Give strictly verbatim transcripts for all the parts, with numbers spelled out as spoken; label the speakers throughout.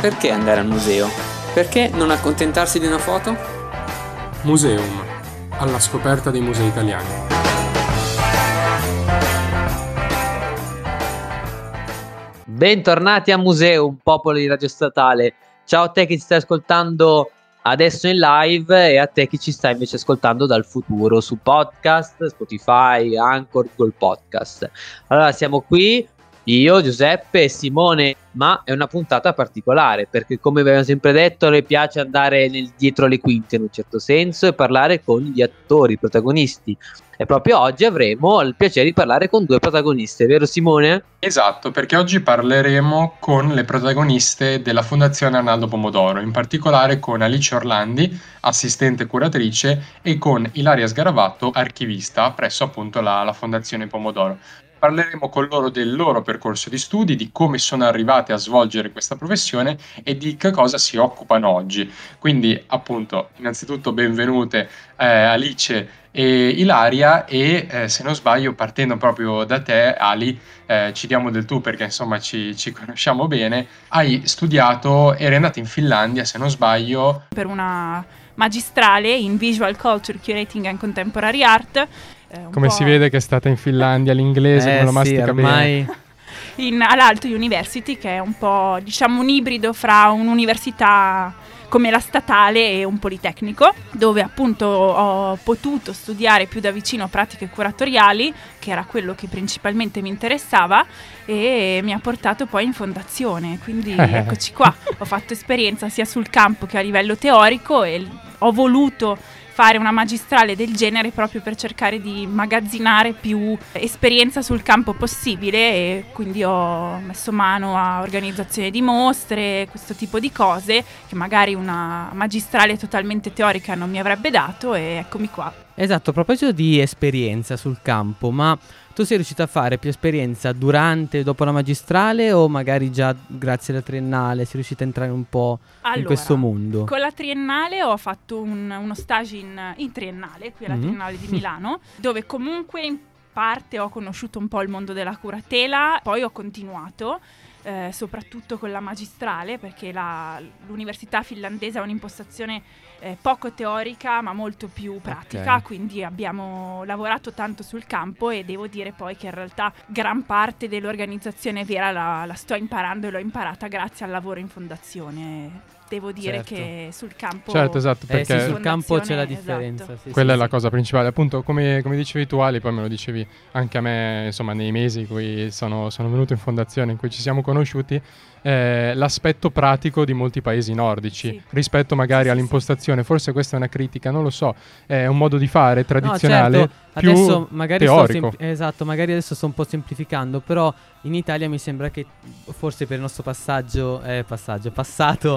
Speaker 1: Perché andare al museo? Perché non accontentarsi di una foto?
Speaker 2: Museum, alla scoperta dei musei italiani.
Speaker 3: Bentornati a Museum, popolo di Radio Statale. Ciao a te che ci stai ascoltando adesso in live e a te che ci stai invece ascoltando dal futuro su podcast, Spotify, Anchor, Google Podcast. Allora siamo qui, io, Giuseppe e Simone, ma è una puntata particolare perché, come abbiamo sempre detto, le piace andare nel dietro le quinte in un certo senso e parlare con gli attori, i protagonisti. E proprio oggi avremo il piacere di parlare con due protagoniste, vero Simone?
Speaker 2: Esatto, perché oggi parleremo con le protagoniste della Fondazione Arnaldo Pomodoro, in particolare con Alice Orlandi, assistente curatrice, e con Ilaria Sgaravato, archivista presso appunto la, la Fondazione Pomodoro. Parleremo con loro del loro percorso di studi, di come sono arrivate a svolgere questa professione e di che cosa si occupano oggi. Quindi, appunto, innanzitutto benvenute eh, Alice e Ilaria e eh, se non sbaglio, partendo proprio da te, Ali, eh, ci diamo del tu perché insomma ci, ci conosciamo bene. Hai studiato, eri andata in Finlandia, se non sbaglio,
Speaker 4: per una magistrale in Visual Culture, Curating and Contemporary Art. Eh,
Speaker 5: Come si vede che è stata in Finlandia, l'inglese,
Speaker 3: Eh
Speaker 5: come lo
Speaker 3: sì,
Speaker 5: mastica
Speaker 3: ormai...
Speaker 5: bene.
Speaker 4: in all'Aalto University, che è un po', diciamo, un ibrido fra un'università come la statale e un politecnico, dove appunto ho potuto studiare più da vicino pratiche curatoriali, che era quello che principalmente mi interessava, e mi ha portato poi in fondazione, quindi eccoci qua. Ho fatto esperienza sia sul campo che a livello teorico e ho voluto fare una magistrale del genere proprio per cercare di immagazzinare più esperienza sul campo possibile, e quindi ho messo mano a organizzazione di mostre, questo tipo di cose che magari una magistrale totalmente teorica non mi avrebbe dato, e eccomi qua.
Speaker 6: Esatto, a proposito di esperienza sul campo, ma tu sei riuscita a fare più esperienza durante e dopo la magistrale o magari già grazie alla triennale sei riuscita a entrare un po'
Speaker 4: Allora,
Speaker 6: in questo mondo?
Speaker 4: Con la triennale ho fatto un, uno stage in, in triennale, qui alla
Speaker 6: Mm.
Speaker 4: Triennale di Milano, dove comunque in parte ho conosciuto un po' il mondo della curatela, poi ho continuato. Eh, soprattutto con la magistrale, perché la, l'università finlandese ha un'impostazione eh, poco teorica ma molto più pratica,
Speaker 6: Ok.
Speaker 4: quindi abbiamo lavorato tanto sul campo, e devo dire poi che in realtà gran parte dell'organizzazione vera la, la sto imparando e l'ho imparata grazie al lavoro in fondazione. Devo dire
Speaker 6: Certo.
Speaker 4: che sul campo
Speaker 5: Certo, esatto,
Speaker 6: Eh
Speaker 5: perché
Speaker 6: sì, sul campo c'è la
Speaker 4: fondazione,
Speaker 6: differenza.
Speaker 4: esatto.
Speaker 6: Sì,
Speaker 5: quella
Speaker 6: sì,
Speaker 5: è la
Speaker 6: sì.
Speaker 5: cosa principale. Appunto, come, come dicevi tu, Ali, poi me lo dicevi anche a me, insomma, nei mesi in cui sono, sono venuto in fondazione, in cui ci siamo conosciuti, eh, l'aspetto pratico di molti paesi nordici
Speaker 4: Sì.
Speaker 5: rispetto magari
Speaker 4: Sì, sì,
Speaker 5: all'impostazione. Forse questa è una critica, non lo so, è un modo di fare tradizionale,
Speaker 6: No, certo,
Speaker 5: più
Speaker 6: adesso magari sto
Speaker 5: teorico.
Speaker 6: sempli- esatto, magari adesso sto un po' semplificando, però in Italia mi sembra che forse per il nostro passaggio, eh, passaggio passato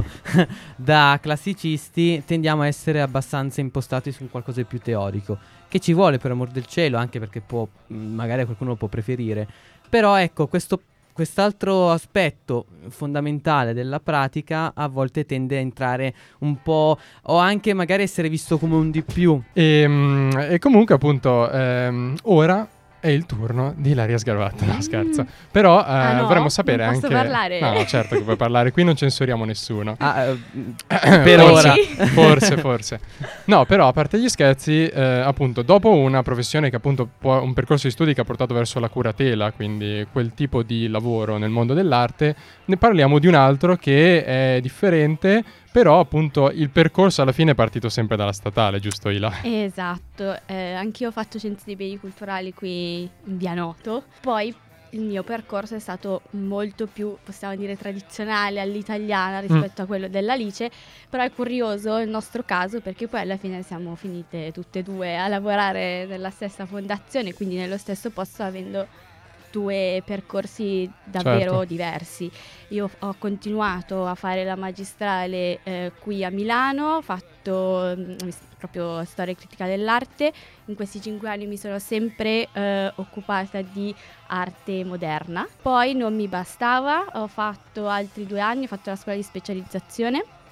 Speaker 6: da classicisti tendiamo a essere abbastanza impostati su qualcosa di più teorico, che ci vuole per amor del cielo, anche perché può, mh, magari qualcuno lo può preferire. Però ecco, questo quest'altro aspetto fondamentale della pratica a volte tende a entrare un po', o anche magari essere visto come un di più.
Speaker 5: E, mm, e comunque, appunto, ehm, ora è il turno di Ilaria Sgaravato. No, scherzo. Però eh,
Speaker 7: Ah, no?
Speaker 5: vorremmo sapere
Speaker 7: Non posso
Speaker 5: anche.
Speaker 7: parlare?
Speaker 5: No, no, certo che puoi parlare. Qui non censuriamo nessuno.
Speaker 6: Ah, eh, per
Speaker 5: Forse,
Speaker 6: ora.
Speaker 5: forse, forse. No, però a parte gli scherzi, eh, appunto, dopo una professione che appunto può, un percorso di studi che ha portato verso la curatela, quindi quel tipo di lavoro nel mondo dell'arte, ne parliamo di un altro che è differente, però appunto il percorso alla fine è partito sempre dalla statale, giusto Ila?
Speaker 7: Esatto, eh, anch'io ho fatto scienze dei beni culturali qui in Via Noto. Poi il mio percorso è stato molto più, possiamo dire, tradizionale all'italiana rispetto
Speaker 5: Mm.
Speaker 7: a quello dell'Alice, però è curioso il nostro caso perché poi alla fine siamo finite tutte e due a lavorare nella stessa fondazione, quindi nello stesso posto, avendo due percorsi davvero
Speaker 5: Certo.
Speaker 7: diversi. Io ho continuato a fare la magistrale eh, qui a Milano, ho fatto mh, proprio storia e critica dell'arte. In questi cinque anni mi sono sempre eh, occupata di arte moderna. Poi non mi bastava, ho fatto altri due anni, ho fatto la scuola di specializzazione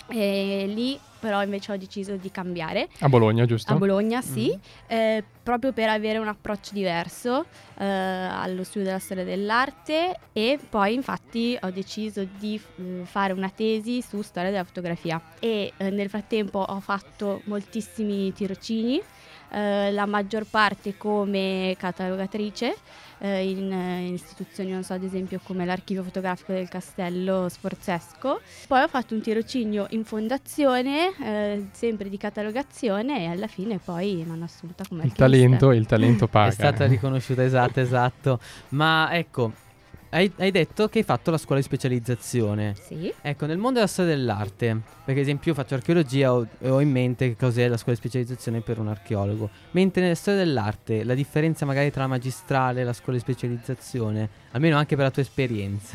Speaker 7: E lì però invece ho deciso di cambiare.
Speaker 5: A Bologna, giusto?
Speaker 7: A Bologna, sì,
Speaker 5: Mm-hmm.
Speaker 7: eh, proprio per avere un approccio diverso eh, allo studio della storia dell'arte, e poi infatti ho deciso di eh, fare una tesi su storia della fotografia, e eh, nel frattempo ho fatto moltissimi tirocini, eh, la maggior parte come catalogatrice eh, in, in istituzioni, non so, ad esempio come l'Archivio Fotografico del Castello Sforzesco. Poi ho fatto un tirocinio in fondazione, eh, sempre di catalogazione, e alla fine poi mi hanno assunta come
Speaker 5: Il
Speaker 7: archivista.
Speaker 5: talento, il talento paga.
Speaker 6: È stata riconosciuta, esatto, esatto. Ma ecco, hai, hai detto che hai fatto la scuola di specializzazione.
Speaker 7: Sì.
Speaker 6: Ecco, nel mondo della storia dell'arte, perché ad esempio io faccio archeologia, ho, ho in mente che cos'è la scuola di specializzazione per un archeologo. Mentre nella storia dell'arte, la differenza magari tra la magistrale e la scuola di specializzazione, almeno anche per la tua esperienza.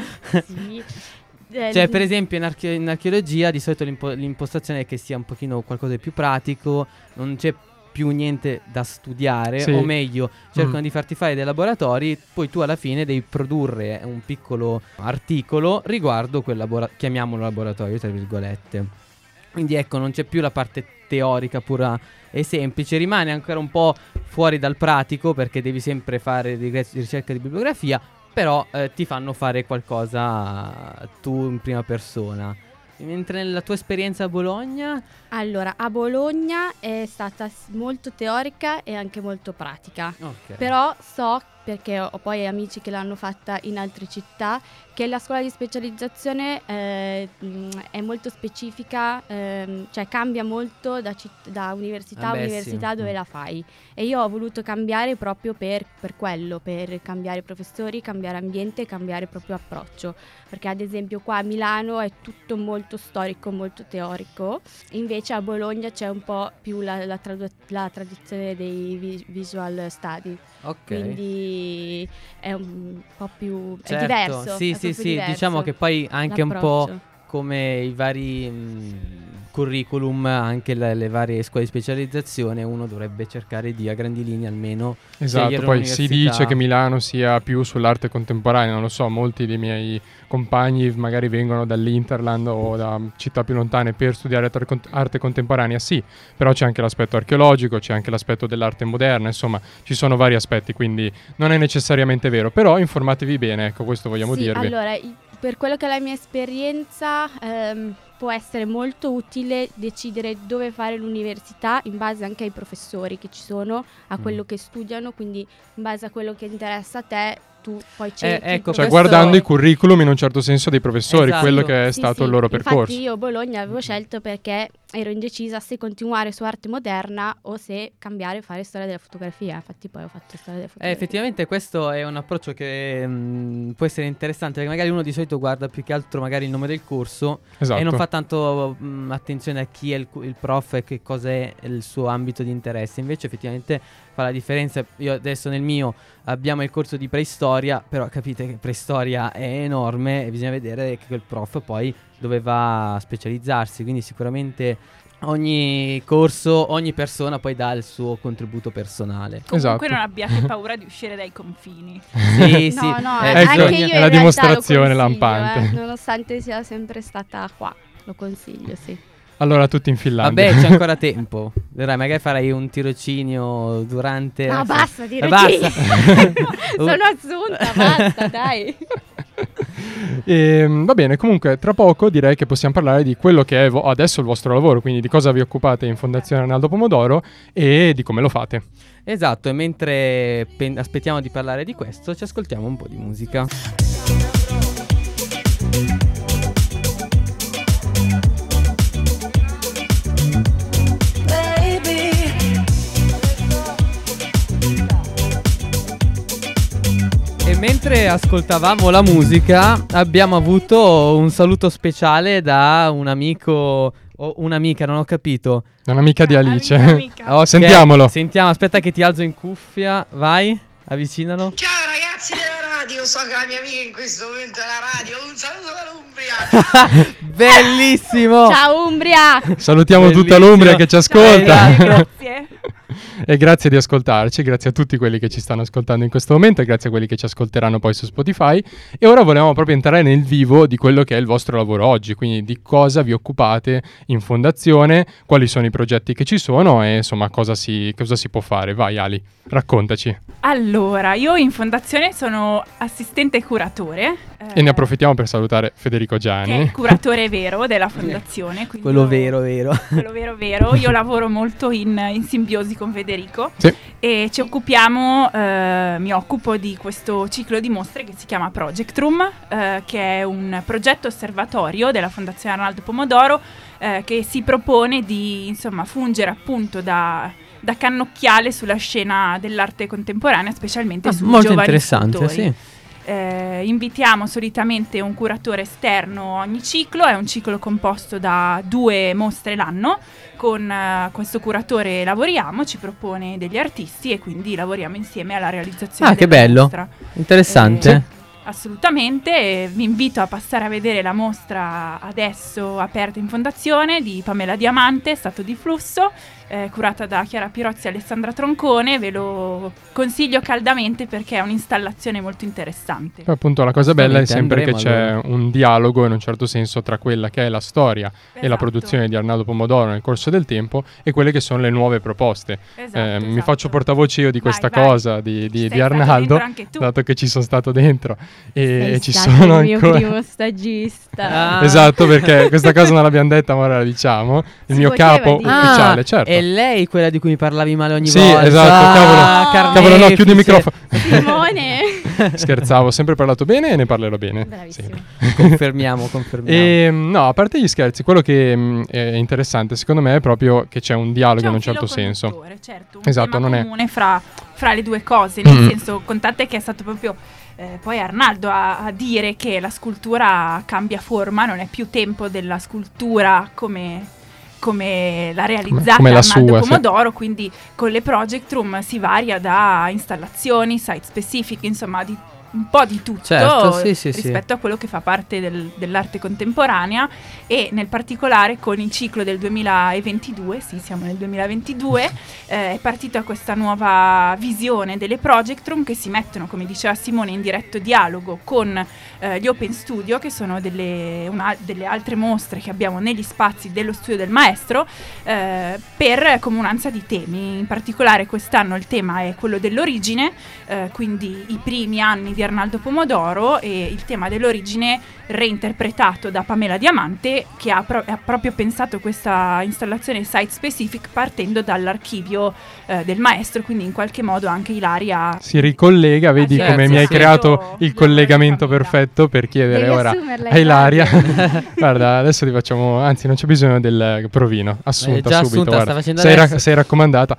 Speaker 7: Sì. Eh,
Speaker 6: Cioè, per esempio, in, arche- in archeologia di solito l'impo- l'impostazione è che sia un pochino qualcosa di più pratico, non c'è più niente da studiare,
Speaker 5: Sì.
Speaker 6: o meglio, cercano
Speaker 5: Mm.
Speaker 6: di farti fare dei laboratori, poi tu alla fine devi produrre un piccolo articolo riguardo quel laboratorio, chiamiamolo laboratorio, tra virgolette. Quindi ecco, non c'è più la parte teorica pura e semplice, rimane ancora un po' fuori dal pratico perché devi sempre fare di ricerca di bibliografia, però eh, ti fanno fare qualcosa tu in prima persona. Mentre nella tua esperienza a Bologna...
Speaker 7: Allora, a Bologna è stata s- molto teorica e anche molto pratica.
Speaker 6: Ok.
Speaker 7: Però so, perché ho ho poi amici che l'hanno fatta in altre città, che la scuola di specializzazione eh, mh, è molto specifica, ehm, cioè cambia molto da, citt- da università
Speaker 6: Ah
Speaker 7: a
Speaker 6: beh,
Speaker 7: università
Speaker 6: sì.
Speaker 7: dove
Speaker 6: Mm.
Speaker 7: la fai. E io ho voluto cambiare proprio per, per quello, per cambiare professori, cambiare ambiente, cambiare proprio approccio. Perché ad esempio qua a Milano è tutto molto storico, molto teorico, invece a Bologna c'è un po' più la, la, tradu- la tradizione dei vi- visual study,
Speaker 6: Ok.
Speaker 7: quindi è un po' più è
Speaker 6: Certo,
Speaker 7: diverso.
Speaker 6: sì,
Speaker 7: è
Speaker 6: sì,
Speaker 7: proprio
Speaker 6: sì,
Speaker 7: diverso
Speaker 6: diciamo che poi anche un po'
Speaker 7: l'approccio.
Speaker 6: come i vari mh, curriculum, anche le, le varie scuole di specializzazione, uno dovrebbe cercare di a grandi linee almeno
Speaker 5: Esatto,
Speaker 6: scegliere
Speaker 5: poi si
Speaker 6: un'università.
Speaker 5: dice che Milano sia più sull'arte contemporanea, non lo so, molti dei miei compagni magari vengono dall'Interland o da città più lontane per studiare arte, cont- arte contemporanea, sì, però c'è anche l'aspetto archeologico, c'è anche l'aspetto dell'arte moderna, insomma, ci sono vari aspetti, quindi non è necessariamente vero, però informatevi bene, ecco, questo vogliamo
Speaker 7: Sì,
Speaker 5: dirvi.
Speaker 7: allora, i- per quello che è la mia esperienza, ehm, può essere molto utile decidere dove fare l'università in base anche ai professori che ci sono, a
Speaker 6: Mm.
Speaker 7: quello che studiano, quindi in base a quello che interessa a te, tu poi
Speaker 6: Eh,
Speaker 7: cerchi il
Speaker 6: ecco,
Speaker 5: Cioè,
Speaker 6: questo-
Speaker 5: guardando i curriculum in un certo senso dei professori,
Speaker 6: Esatto.
Speaker 5: quello che è
Speaker 7: Sì,
Speaker 5: stato
Speaker 7: sì.
Speaker 5: il loro
Speaker 7: Infatti
Speaker 5: percorso.
Speaker 7: io Bologna avevo scelto perché ero indecisa se continuare su arte moderna o se cambiare e fare storia della fotografia. Infatti poi ho fatto storia della
Speaker 6: Eh,
Speaker 7: fotografia.
Speaker 6: effettivamente questo è un approccio che mh, può essere interessante, perché magari uno di solito guarda più che altro magari il nome del corso
Speaker 5: Esatto.
Speaker 6: e non fa tanto mh, attenzione a chi è il, cu- il prof e che cosa è il suo ambito di interesse. Invece effettivamente fa la differenza. Io adesso nel mio abbiamo il corso di preistoria, però capite che preistoria è enorme e bisogna vedere che quel prof poi dove va a specializzarsi, quindi sicuramente ogni corso, ogni persona poi dà il suo contributo personale.
Speaker 4: Comunque
Speaker 5: Esatto.
Speaker 4: non abbiate paura di uscire dai confini.
Speaker 6: Sì, sì.
Speaker 7: No, no,
Speaker 6: eh,
Speaker 5: Ecco,
Speaker 7: anche
Speaker 6: bisogna-
Speaker 7: io in
Speaker 5: è la
Speaker 7: realtà
Speaker 5: dimostrazione
Speaker 7: lo consiglio,
Speaker 5: lampante.
Speaker 7: eh, nonostante sia sempre stata qua, lo consiglio, sì.
Speaker 5: Allora, tutti in Finlandia.
Speaker 6: Vabbè, c'è ancora tempo. Vedrai, magari farai un tirocinio durante.
Speaker 7: No,
Speaker 6: eh,
Speaker 7: basta,
Speaker 6: eh,
Speaker 7: dire
Speaker 6: basta.
Speaker 7: Sono assunta, basta, dai.
Speaker 5: E, va bene, comunque tra poco direi che possiamo parlare di quello che è vo- adesso il vostro lavoro, quindi di cosa vi occupate in Fondazione Arnaldo Pomodoro e di come lo fate.
Speaker 6: Esatto, e mentre pen- aspettiamo di parlare di questo, ci ascoltiamo un po' di musica. E mentre ascoltavamo la musica abbiamo avuto un saluto speciale da un amico o un'amica, non ho capito.
Speaker 5: Un'amica di Alice.
Speaker 4: Amica.
Speaker 6: Ok,
Speaker 5: Sentiamolo.
Speaker 6: Sentiamo, aspetta che ti alzo in cuffia, vai, avvicinalo.
Speaker 8: Ciao ragazzi della radio, so che la mia amica in questo momento è alla radio, un saluto dall'Umbria.
Speaker 6: Bellissimo!
Speaker 7: Ciao Umbria!
Speaker 5: Salutiamo tutta
Speaker 6: Bellissimo.
Speaker 5: l'Umbria che ci ascolta.
Speaker 6: Esatto.
Speaker 4: Grazie.
Speaker 5: E grazie di ascoltarci, grazie a tutti quelli che ci stanno ascoltando in questo momento e grazie a quelli che ci ascolteranno poi su Spotify. E ora volevamo proprio entrare nel vivo di quello che è il vostro lavoro oggi, quindi di cosa vi occupate in fondazione, quali sono i progetti che ci sono e insomma cosa si, cosa si può fare. Vai Ali, raccontaci.
Speaker 4: Allora, io in fondazione sono assistente curatore.
Speaker 5: E ne approfittiamo per salutare Federico
Speaker 4: Che è
Speaker 5: Gianni.
Speaker 4: il curatore vero della fondazione. quindi
Speaker 6: Quello
Speaker 4: io-
Speaker 6: vero, vero.
Speaker 4: Quello vero, vero. Io lavoro molto in, in simbiosi con Federico.
Speaker 5: Sì.
Speaker 4: E ci occupiamo, eh, mi occupo di questo ciclo di mostre che si chiama Project Room, eh, che è un progetto osservatorio della Fondazione Arnaldo Pomodoro, eh, che si propone di, insomma, fungere appunto da, da cannocchiale sulla scena dell'arte contemporanea, specialmente
Speaker 6: Ah,
Speaker 4: sui
Speaker 6: molto
Speaker 4: giovani
Speaker 6: interessante,
Speaker 4: scultori.
Speaker 6: sì.
Speaker 4: Eh, invitiamo solitamente un curatore esterno ogni ciclo, è un ciclo composto da due mostre l'anno. Con eh, questo curatore lavoriamo, ci propone degli artisti e quindi lavoriamo insieme alla realizzazione
Speaker 6: Ah, che
Speaker 4: della
Speaker 6: bello.
Speaker 4: mostra.
Speaker 6: Interessante.
Speaker 4: Eh, Assolutamente, e vi invito a passare a vedere la mostra adesso aperta in fondazione di Pamela Diamante, Stato di flusso, eh, curata da Chiara Pirozzi e Alessandra Troncone. Ve lo consiglio caldamente perché è un'installazione molto interessante.
Speaker 5: Poi appunto la cosa bella è sempre che
Speaker 6: Andremo,
Speaker 5: c'è un dialogo in un certo senso tra quella che è la storia e la
Speaker 4: Esatto.
Speaker 5: produzione di Arnaldo Pomodoro nel corso del tempo e quelle che sono le nuove proposte.
Speaker 4: Esatto,
Speaker 5: Eh, Mi
Speaker 4: esatto.
Speaker 5: faccio portavoce io di
Speaker 4: Vai,
Speaker 5: questa
Speaker 4: vai.
Speaker 5: cosa di,
Speaker 4: Ci
Speaker 5: di,
Speaker 4: sei
Speaker 5: di
Speaker 4: stato
Speaker 5: Arnaldo,
Speaker 4: dentro anche tu.
Speaker 5: dato che ci sono stato dentro e,
Speaker 7: Sei
Speaker 5: e ci
Speaker 7: stato
Speaker 5: sono
Speaker 7: il mio
Speaker 5: ancora.
Speaker 7: primo stagista.
Speaker 6: Ah.
Speaker 5: Esatto, perché questa cosa non l'abbiamo detta, ma ora la diciamo. Il
Speaker 7: Si
Speaker 5: mio
Speaker 7: poteva
Speaker 5: capo
Speaker 7: dire.
Speaker 5: ufficiale,
Speaker 6: Ah,
Speaker 5: certo.
Speaker 6: è lei quella di cui mi parlavi male ogni
Speaker 5: Sì,
Speaker 6: volta.
Speaker 5: esatto, cavolo.
Speaker 6: Ah,
Speaker 5: Cavolo, no, chiudi il
Speaker 6: carnefice.
Speaker 5: microfono.
Speaker 7: Simone.
Speaker 5: Scherzavo, ho sempre parlato bene e ne parlerò bene.
Speaker 7: Bravissimo.
Speaker 5: Sì.
Speaker 6: Confermiamo, confermiamo.
Speaker 5: E, no, a parte gli scherzi, quello che mh, è interessante secondo me è proprio che c'è un dialogo
Speaker 4: C'è
Speaker 5: in un
Speaker 4: filo
Speaker 5: certo senso.
Speaker 4: conduttore, certo, un
Speaker 5: Esatto,
Speaker 4: tema
Speaker 5: non è-
Speaker 4: comune fra, fra le due cose, nel
Speaker 5: Mm.
Speaker 4: senso, contate che è stato proprio eh, poi Arnaldo a, a dire che la scultura cambia forma, non è più tempo della scultura come, come l'ha realizzata
Speaker 5: come la
Speaker 4: Arnaldo
Speaker 5: sua, sì.
Speaker 4: Pomodoro, quindi con le project room si varia da installazioni, site specifiche, insomma di un po' di tutto
Speaker 6: Certo, sì, sì, sì.
Speaker 4: rispetto a quello che fa parte del- dell'arte contemporanea, e nel particolare con il ciclo del duemilaventidue, sì siamo nel duemilaventidue, eh, è partita questa nuova visione delle project room che si mettono, come diceva Simone, in diretto dialogo con eh, gli open studio, che sono delle, una- delle altre mostre che abbiamo negli spazi dello studio del maestro, eh, per comunanza di temi. In particolare quest'anno il tema è quello dell'origine, eh, quindi i primi anni di Arnaldo Pomodoro, e il tema dell'origine reinterpretato da Pamela Diamante, che ha, pro- ha proprio pensato questa installazione site specific partendo dall'archivio eh, del maestro, quindi in qualche modo anche Ilaria
Speaker 5: Si ricollega, vedi
Speaker 6: certo,
Speaker 5: come mi hai
Speaker 6: sì.
Speaker 5: creato
Speaker 4: Io-
Speaker 5: il
Speaker 4: io
Speaker 5: collegamento
Speaker 4: Pamela.
Speaker 5: perfetto per chiedere
Speaker 7: Devi
Speaker 5: ora
Speaker 7: assumerla,
Speaker 5: a Ilaria.
Speaker 7: Ilaria.
Speaker 5: Guarda, adesso ti facciamo, anzi non c'è bisogno del provino, assunta
Speaker 6: Eh, già
Speaker 5: subito,
Speaker 6: assunta,
Speaker 5: guarda.
Speaker 6: sta facendo
Speaker 5: sei, ra-
Speaker 6: adesso.
Speaker 5: sei raccomandata.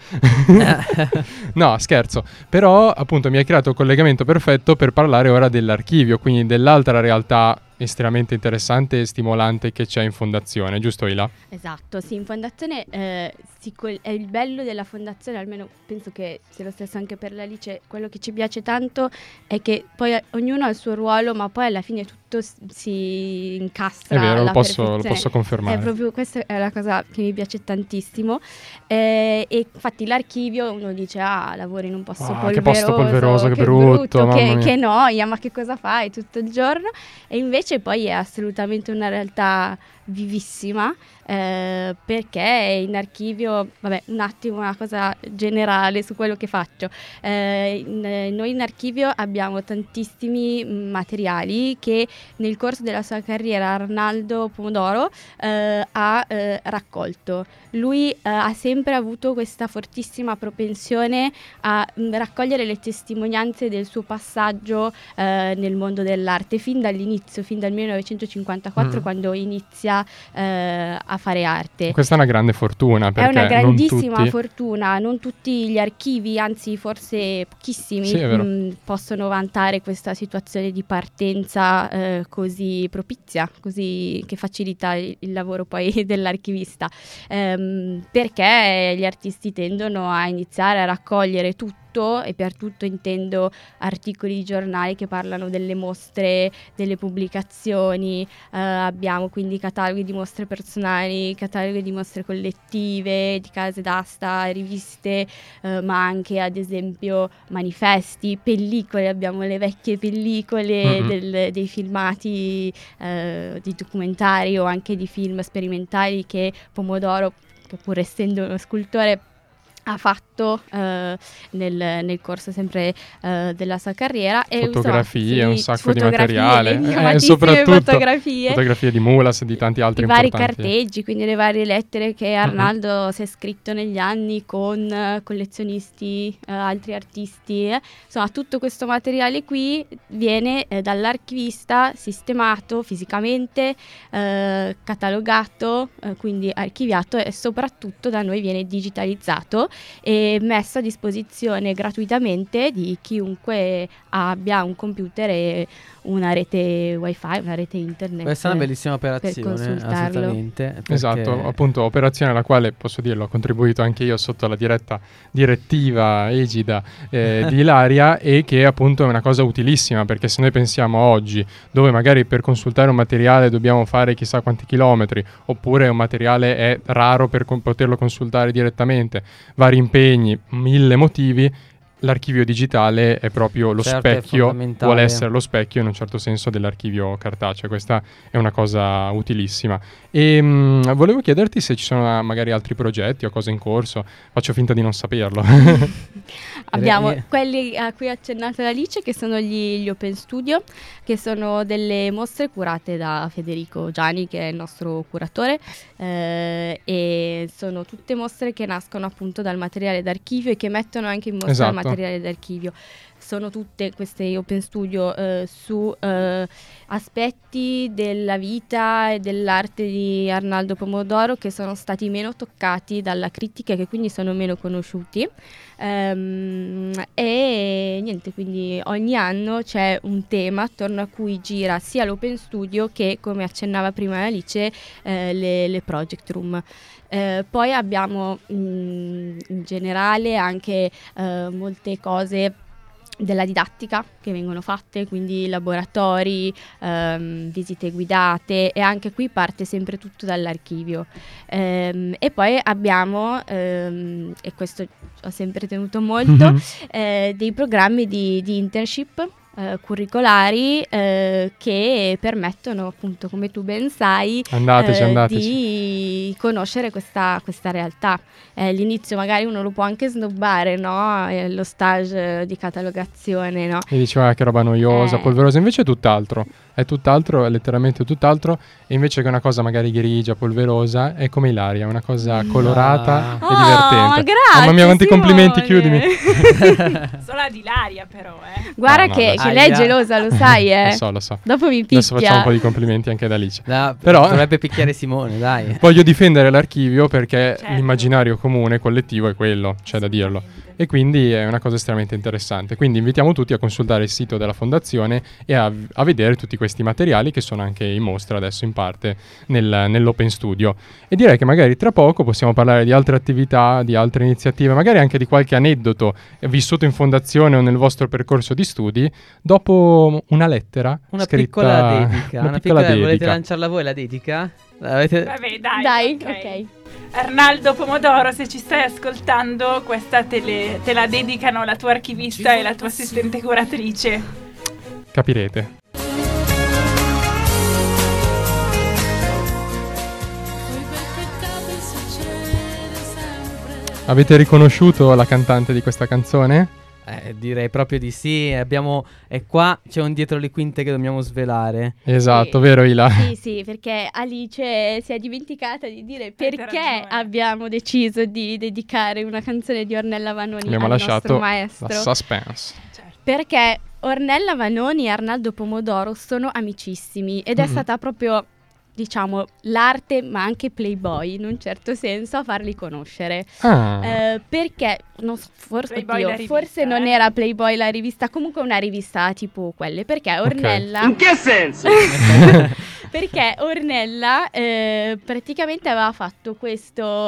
Speaker 5: No, scherzo, però appunto mi hai creato il collegamento perfetto per parlare ora dell'archivio, quindi dell'altra realtà estremamente interessante e stimolante che c'è in fondazione, giusto Ila?
Speaker 7: Esatto, sì, in fondazione eh, si col- è il bello della fondazione, almeno penso che sia lo stesso anche per l'Alice, quello che ci piace tanto è che poi eh, ognuno ha il suo ruolo, ma poi alla fine tutto s- si incastra
Speaker 5: È vero, lo
Speaker 7: alla
Speaker 5: posso, lo
Speaker 7: perfezione.
Speaker 5: posso confermare.
Speaker 7: È proprio, questa è la cosa che mi piace tantissimo. Eh, e infatti l'archivio uno dice ah, lavoro in un posto
Speaker 5: Ah,
Speaker 7: polveroso,
Speaker 5: che posto polveroso, che brutto,
Speaker 7: che,
Speaker 5: mamma mia.
Speaker 7: che noia, ma che cosa fai tutto il giorno? E invece poi è assolutamente una realtà vivissima, eh, perché in archivio, vabbè, un attimo una cosa generale su quello che faccio. Eh, in- noi in archivio abbiamo tantissimi mh, materiali che nel corso della sua carriera Arnaldo Pomodoro eh, ha eh, raccolto. Lui eh, ha sempre avuto questa fortissima propensione a mh, raccogliere le testimonianze del suo passaggio eh, nel mondo dell'arte fin dall'inizio, fin dal millenovecentocinquantaquattro,
Speaker 5: Mm.
Speaker 7: quando inizia eh, a fare arte.
Speaker 5: Questa è una grande fortuna
Speaker 7: È
Speaker 5: perché
Speaker 7: una grandissima
Speaker 5: non tutti...
Speaker 7: fortuna, non tutti gli archivi, anzi forse pochissimi,
Speaker 5: Sì, è vero.
Speaker 7: mh, possono vantare questa situazione di partenza eh, così propizia, così che facilita il, il lavoro poi dell'archivista, Ehm, perché gli artisti tendono a iniziare a raccogliere tutto tutto, e per tutto intendo articoli di giornali che parlano delle mostre, delle pubblicazioni, eh, abbiamo quindi cataloghi di mostre personali, cataloghi di mostre collettive, di case d'asta, riviste, eh, ma anche ad esempio manifesti, pellicole, abbiamo le vecchie pellicole
Speaker 5: Mhm.
Speaker 7: del- dei filmati, eh, di documentari o anche di film sperimentali che Pomodoro, che pur essendo uno scultore, ha fatto eh, nel, nel corso sempre eh, della sua carriera. E
Speaker 5: Fotografie,
Speaker 7: insomma,
Speaker 5: un
Speaker 7: sì,
Speaker 5: sacco di
Speaker 7: fotografie,
Speaker 5: materiale,
Speaker 7: le
Speaker 5: eh,
Speaker 7: amatissime
Speaker 5: soprattutto
Speaker 7: fotografie,
Speaker 5: fotografie di Mulas e di tanti altri
Speaker 7: i vari
Speaker 5: importanti.
Speaker 7: carteggi, quindi le varie lettere che Arnaldo si è scritto negli anni con eh, collezionisti, eh, altri artisti, eh. Insomma tutto questo materiale qui viene eh, dall'archivista sistemato fisicamente, eh, catalogato, eh, quindi archiviato, e soprattutto da noi viene digitalizzato e messo a disposizione gratuitamente di chiunque abbia un computer e una rete wifi, una rete internet.
Speaker 6: Questa è una bellissima
Speaker 7: per
Speaker 6: operazione,
Speaker 7: consultarlo.
Speaker 6: assolutamente. perché-
Speaker 5: Esatto, appunto, operazione alla quale, posso dirlo, ho contribuito anche io sotto la diretta direttiva egida eh, di Ilaria, e che appunto è una cosa utilissima, perché se noi pensiamo a oggi, dove magari per consultare un materiale dobbiamo fare chissà quanti chilometri, oppure un materiale è raro per con- poterlo consultare direttamente, vari impegni, mille motivi, l'archivio digitale è proprio lo
Speaker 6: Certo, è
Speaker 5: specchio,
Speaker 6: fondamentale.
Speaker 5: vuole essere lo specchio in un certo senso dell'archivio cartaceo. Questa è una cosa utilissima. E mh, volevo chiederti se ci sono ah, magari altri progetti o cose in corso. Faccio finta di non saperlo.
Speaker 7: Abbiamo
Speaker 6: Eh,
Speaker 7: quelli a cui ha accennato Alice, che sono gli, gli Open Studio, che sono delle mostre curate da Federico Giani, che è il nostro curatore, eh, e sono tutte mostre che nascono appunto dal materiale d'archivio e che mettono anche in mostra
Speaker 5: Esatto.
Speaker 7: il materiale d'archivio. Sono tutte queste Open Studio eh, su eh, aspetti della vita e dell'arte di Arnaldo Pomodoro che sono stati meno toccati dalla critica e che quindi sono meno conosciuti. Ehm, e niente, quindi ogni anno c'è un tema attorno a cui gira sia l'Open Studio che, come accennava prima Alice, eh, le, le project room. Eh, poi abbiamo mh, in generale anche eh, molte cose della didattica che vengono fatte, quindi laboratori, ehm, visite guidate, e anche qui parte sempre tutto dall'archivio. Ehm, e poi abbiamo, ehm, e questo ho sempre tenuto molto,
Speaker 5: Mhm.
Speaker 7: eh, dei programmi di, di internship eh, curricolari eh, che permettono, appunto, come tu ben sai,
Speaker 5: Andateci,
Speaker 7: eh,
Speaker 5: andateci.
Speaker 7: di conoscere questa, questa realtà. Eh, all'inizio magari uno lo può anche snobbare, no? Eh, lo stage eh, di catalogazione, no?
Speaker 5: E diceva che roba noiosa,
Speaker 7: Eh.
Speaker 5: polverosa, invece è tutt'altro, è tutt'altro, è letteralmente tutt'altro, e invece che una cosa magari grigia, polverosa, è come Ilaria, una cosa colorata e
Speaker 7: Oh,
Speaker 5: divertente.
Speaker 7: grazie,
Speaker 5: Mamma mia, quanti
Speaker 7: Simone.
Speaker 5: complimenti, chiudimi.
Speaker 4: Solo ad Ilaria però, eh.
Speaker 7: Guarda
Speaker 5: No, no,
Speaker 7: che,
Speaker 5: adesso-
Speaker 7: che lei è
Speaker 6: Aia.
Speaker 7: gelosa, lo sai, eh?
Speaker 5: Lo so, lo so.
Speaker 7: Dopo mi
Speaker 5: Adesso facciamo un po'
Speaker 7: picchia.
Speaker 5: di complimenti anche ad Alice.
Speaker 6: Da-
Speaker 5: Però-
Speaker 6: dovrebbe picchiare Simone, dai.
Speaker 5: Voglio difendere l'archivio perché
Speaker 4: Certo.
Speaker 5: l'immaginario comune, collettivo, è quello, c'è da dirlo. E quindi è una cosa estremamente interessante. Quindi invitiamo tutti a consultare il sito della fondazione e a, a vedere tutti questi materiali che sono anche in mostra adesso in parte nel- nell'Open Studio. E direi che magari tra poco possiamo parlare di altre attività, di altre iniziative, magari anche di qualche aneddoto vissuto in fondazione o nel vostro percorso di studi, dopo una lettera
Speaker 6: Una
Speaker 5: scritta-
Speaker 6: piccola dedica.
Speaker 5: una
Speaker 6: Una
Speaker 5: piccola
Speaker 6: piccola, volete
Speaker 5: dedica.
Speaker 6: lanciarla voi la dedica? Avete-
Speaker 4: Vabbè, dai.
Speaker 7: Dai,
Speaker 4: ok.
Speaker 7: ok.
Speaker 4: Arnaldo Pomodoro, se ci stai ascoltando, questa te, le- te la dedicano la tua archivista e la tua assistente curatrice.
Speaker 5: Capirete. Avete riconosciuto la cantante di questa canzone?
Speaker 6: Eh, direi proprio di sì. Abbiamo, e qua c'è un dietro le quinte che dobbiamo svelare.
Speaker 5: Esatto,
Speaker 7: Sì.
Speaker 5: vero Ila?
Speaker 7: Sì, sì, perché Alice si è dimenticata di dire perché
Speaker 4: ragione.
Speaker 7: abbiamo deciso di dedicare una canzone di Ornella Vanoni
Speaker 5: Abbiamo
Speaker 7: al
Speaker 5: lasciato
Speaker 7: nostro
Speaker 5: la
Speaker 7: maestro.
Speaker 5: suspense.
Speaker 7: Perché Ornella Vanoni e Arnaldo Pomodoro sono amicissimi ed è
Speaker 5: Mhm.
Speaker 7: stata proprio, diciamo, l'arte, ma anche Playboy in un certo senso, a farli conoscere.
Speaker 5: Ah,
Speaker 7: Eh, perché non so, forse,
Speaker 4: Playboy
Speaker 7: oddio,
Speaker 4: la rivista,
Speaker 7: forse non
Speaker 4: eh?
Speaker 7: era Playboy la rivista, comunque una rivista tipo quelle, perché Ornella
Speaker 8: In che senso?
Speaker 7: Perché Ornella eh, praticamente aveva fatto questo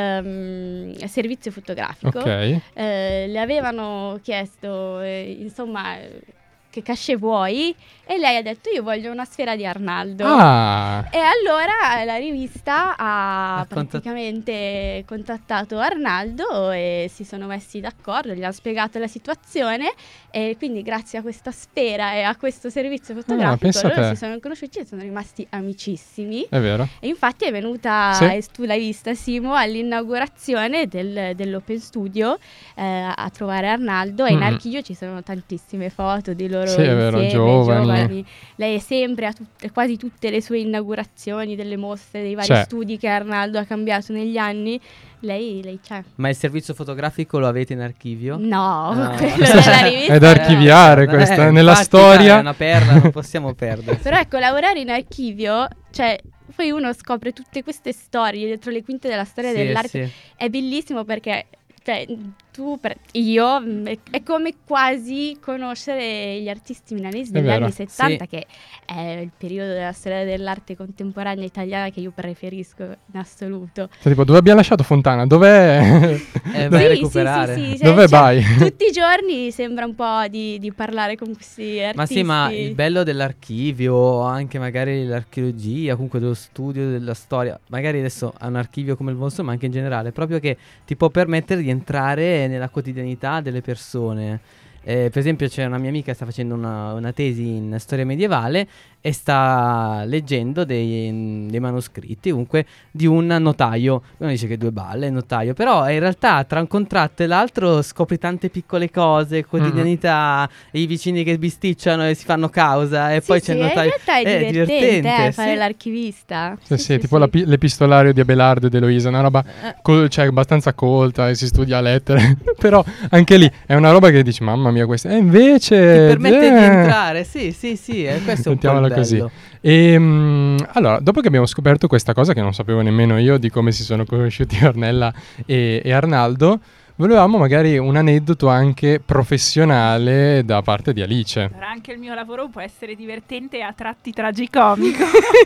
Speaker 7: ehm, servizio fotografico.
Speaker 5: Ok.
Speaker 7: Eh, le avevano chiesto, eh, insomma, che cachet vuoi? E lei ha detto io voglio una sfera di Arnaldo.
Speaker 5: Ah,
Speaker 7: E allora la rivista ha
Speaker 6: Ha contat-
Speaker 7: praticamente contattato Arnaldo e si sono messi d'accordo, gli hanno spiegato la situazione e quindi grazie a questa sfera e a questo servizio fotografico
Speaker 5: pensa
Speaker 7: loro
Speaker 5: te.
Speaker 7: si sono conosciuti e sono rimasti amicissimi.
Speaker 5: è vero.
Speaker 7: E infatti è venuta,
Speaker 5: Sì.
Speaker 7: e tu l'hai vista Simo, all'inaugurazione del- dell'Open Studio eh, a trovare Arnaldo e in
Speaker 5: Mm.
Speaker 7: archivio ci sono tantissime foto di loro
Speaker 5: Sì, è vero,
Speaker 7: insieme,
Speaker 5: giovani.
Speaker 7: Lei è sempre a tutte, quasi tutte le sue inaugurazioni delle mostre, dei vari
Speaker 5: C'è.
Speaker 7: studi che Arnaldo ha cambiato negli anni, lei, lei c'è.
Speaker 6: Ma il servizio fotografico lo avete in archivio?
Speaker 7: No,
Speaker 6: Ah.
Speaker 7: quello della rivista
Speaker 5: È da
Speaker 7: no.
Speaker 5: archiviare
Speaker 6: Eh,
Speaker 5: questa,
Speaker 6: eh,
Speaker 5: nella
Speaker 6: infatti,
Speaker 5: storia.
Speaker 6: dai, è una perla, non possiamo perdere.
Speaker 7: Però ecco, lavorare in archivio, cioè, poi uno scopre tutte queste storie dietro le quinte della storia
Speaker 6: Sì,
Speaker 7: dell'arte.
Speaker 6: sì.
Speaker 7: È bellissimo perché, cioè, tu, per- io, mh, è, è come quasi conoscere gli artisti milanesi
Speaker 5: È
Speaker 7: degli
Speaker 5: vero.
Speaker 7: anni settanta,
Speaker 6: Sì.
Speaker 7: che è il periodo della storia dell'arte contemporanea italiana che io preferisco in assoluto.
Speaker 5: Cioè, tipo, dove abbiamo lasciato Fontana? Dov'è?
Speaker 6: Eh, vai a
Speaker 7: Sì,
Speaker 6: recuperare.
Speaker 7: sì, sì, sì,
Speaker 5: Dove
Speaker 7: cioè,
Speaker 5: vai?
Speaker 7: Tutti i giorni sembra un po' di, di parlare con questi artisti.
Speaker 6: Ma sì, ma il bello dell'archivio, anche magari l'archeologia, comunque dello studio della storia, magari adesso a un archivio come il vostro, ma anche in generale, proprio che ti può permettere di entrare nella quotidianità delle persone. Eh, per esempio c'è una mia amica che sta facendo una, una tesi in storia medievale e sta leggendo dei, dei manoscritti comunque di un notaio. Uno dice che due balle il notaio, però in realtà tra un contratto e l'altro scopri tante piccole cose, quotidianità, i vicini che bisticciano e si fanno causa e
Speaker 7: Sì,
Speaker 6: poi
Speaker 7: sì,
Speaker 6: c'è il
Speaker 7: in
Speaker 6: notaio.
Speaker 7: realtà è
Speaker 6: Eh,
Speaker 7: divertente, eh, fare
Speaker 6: sì.
Speaker 7: l'archivista.
Speaker 5: Sì, sì, tipo la pi- l'epistolario di Abelardo e De Eloisa, una roba
Speaker 6: Eh.
Speaker 5: col- cioè, abbastanza colta e si studia lettere. Però anche lì è una roba che dici, mamma mia, questa. E invece.
Speaker 6: Ti permette di
Speaker 5: eh,
Speaker 6: entrare, sì, sì, sì, eh, questo è un po' il
Speaker 5: mettiamola
Speaker 6: bello.
Speaker 5: così. E, mm, allora, dopo che abbiamo scoperto questa cosa che non sapevo nemmeno io di come si sono conosciuti Ornella e, e Arnaldo, volevamo magari un aneddoto anche professionale da parte di Alice.
Speaker 4: Allora, anche il mio lavoro può essere divertente e a tratti tragicomico.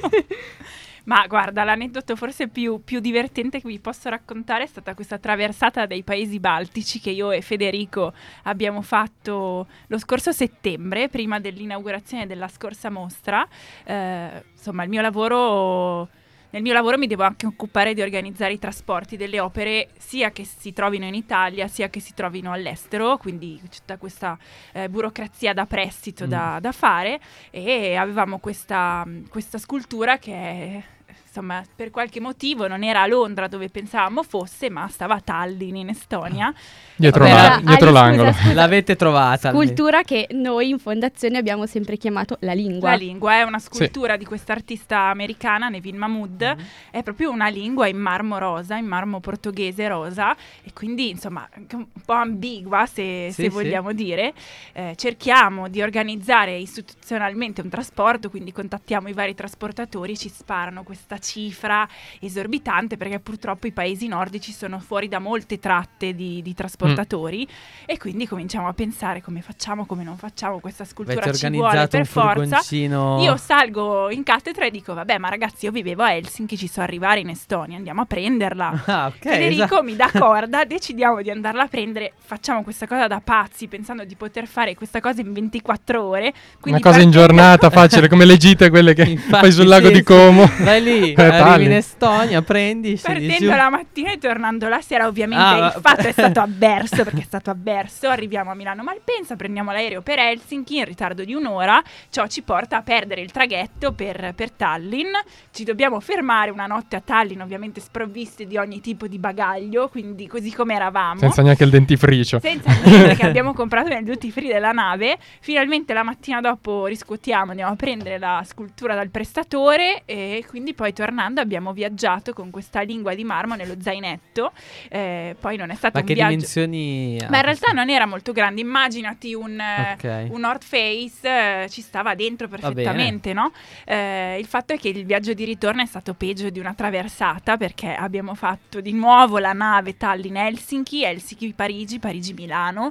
Speaker 4: Ma guarda, l'aneddoto forse più, più divertente che vi posso raccontare è stata questa traversata dei paesi baltici che io e Federico abbiamo fatto lo scorso settembre, prima dell'inaugurazione della scorsa mostra. Eh, insomma, il mio lavoro... Nel mio lavoro mi devo anche occupare di organizzare i trasporti delle opere sia che si trovino in Italia sia che si trovino all'estero, quindi c'è tutta questa eh, burocrazia da prestito
Speaker 6: Mm.
Speaker 4: da, da fare, e avevamo questa, questa scultura che insomma per qualche motivo non era a Londra dove pensavamo fosse, ma stava a Tallinn in Estonia.
Speaker 5: Dietro,
Speaker 6: Vabbè,
Speaker 5: la-
Speaker 7: Ali,
Speaker 5: dietro
Speaker 7: scusa,
Speaker 5: l'angolo.
Speaker 7: scusa.
Speaker 6: L'avete trovata. almeno.
Speaker 7: Scultura che noi in fondazione abbiamo sempre chiamato la lingua.
Speaker 4: La lingua è una scultura di quest'artista americana, Nevin Mahmood, è proprio una lingua in marmo rosa, in marmo portoghese rosa, e quindi insomma anche un po' ambigua se,
Speaker 6: Sì,
Speaker 4: se
Speaker 6: sì.
Speaker 4: vogliamo dire. Eh, cerchiamo di organizzare istituzionalmente un trasporto, quindi contattiamo i vari trasportatori, ci sparano questa cifra esorbitante perché purtroppo i paesi nordici sono fuori da molte tratte di, di trasportatori, e quindi cominciamo a pensare come facciamo, come non facciamo, questa scultura
Speaker 6: Avete
Speaker 4: ci vuole
Speaker 6: organizzato
Speaker 4: per
Speaker 6: un
Speaker 4: forza.
Speaker 6: furgoncino.
Speaker 4: Io salgo in cattedra e dico vabbè, ma ragazzi, io vivevo a Helsinki, ci so arrivare in Estonia, andiamo a prenderla.
Speaker 6: Ah, ok.
Speaker 4: Federico
Speaker 6: esatto.
Speaker 4: mi dà corda, decidiamo di andarla a prendere, facciamo questa cosa da pazzi pensando di poter fare questa cosa in ventiquattro ore.
Speaker 5: Una
Speaker 4: Quindi
Speaker 5: cosa in
Speaker 4: partendo-
Speaker 5: giornata facile, come le gite quelle che
Speaker 6: Infatti,
Speaker 5: fai sul lago
Speaker 6: sì,
Speaker 5: di
Speaker 6: sì.
Speaker 5: Como.
Speaker 6: Vai lì,
Speaker 5: Eh,
Speaker 6: arrivi
Speaker 5: Tallinn.
Speaker 6: in Estonia, prendi, scendi
Speaker 4: Partendo
Speaker 6: giù.
Speaker 4: la mattina e tornando la sera, ovviamente
Speaker 6: Ah,
Speaker 4: il
Speaker 6: ma-
Speaker 4: fatto è stato avverso, perché è stato avverso. Arriviamo a Milano Malpensa, prendiamo l'aereo per Helsinki in ritardo di un'ora. Ciò ci porta a perdere il traghetto per, per Tallinn. Ci dobbiamo fermare una notte a Tallinn, ovviamente sprovvisti di ogni tipo di bagaglio, quindi così come eravamo.
Speaker 5: Senza neanche il dentifricio.
Speaker 4: Senza niente che abbiamo comprato nel duty free della nave. Finalmente la mattina dopo riscuotiamo, andiamo a prendere la scultura dal prestatore, e quindi poi tornando abbiamo viaggiato con questa lingua di marmo nello zainetto. Eh, poi non è stato
Speaker 6: Ma
Speaker 4: un
Speaker 6: che
Speaker 4: viaggio...
Speaker 6: dimensioni ha
Speaker 4: Ma in realtà
Speaker 6: questo?
Speaker 4: non era molto grande, immaginati un, eh,
Speaker 6: Ok.
Speaker 4: un North Face, eh, ci stava dentro perfettamente, no? Eh, il fatto è che il viaggio di ritorno è stato peggio di una traversata, perché abbiamo fatto di nuovo la nave Tallinn-Helsinki, Helsinki-Parigi, Parigi-Milano,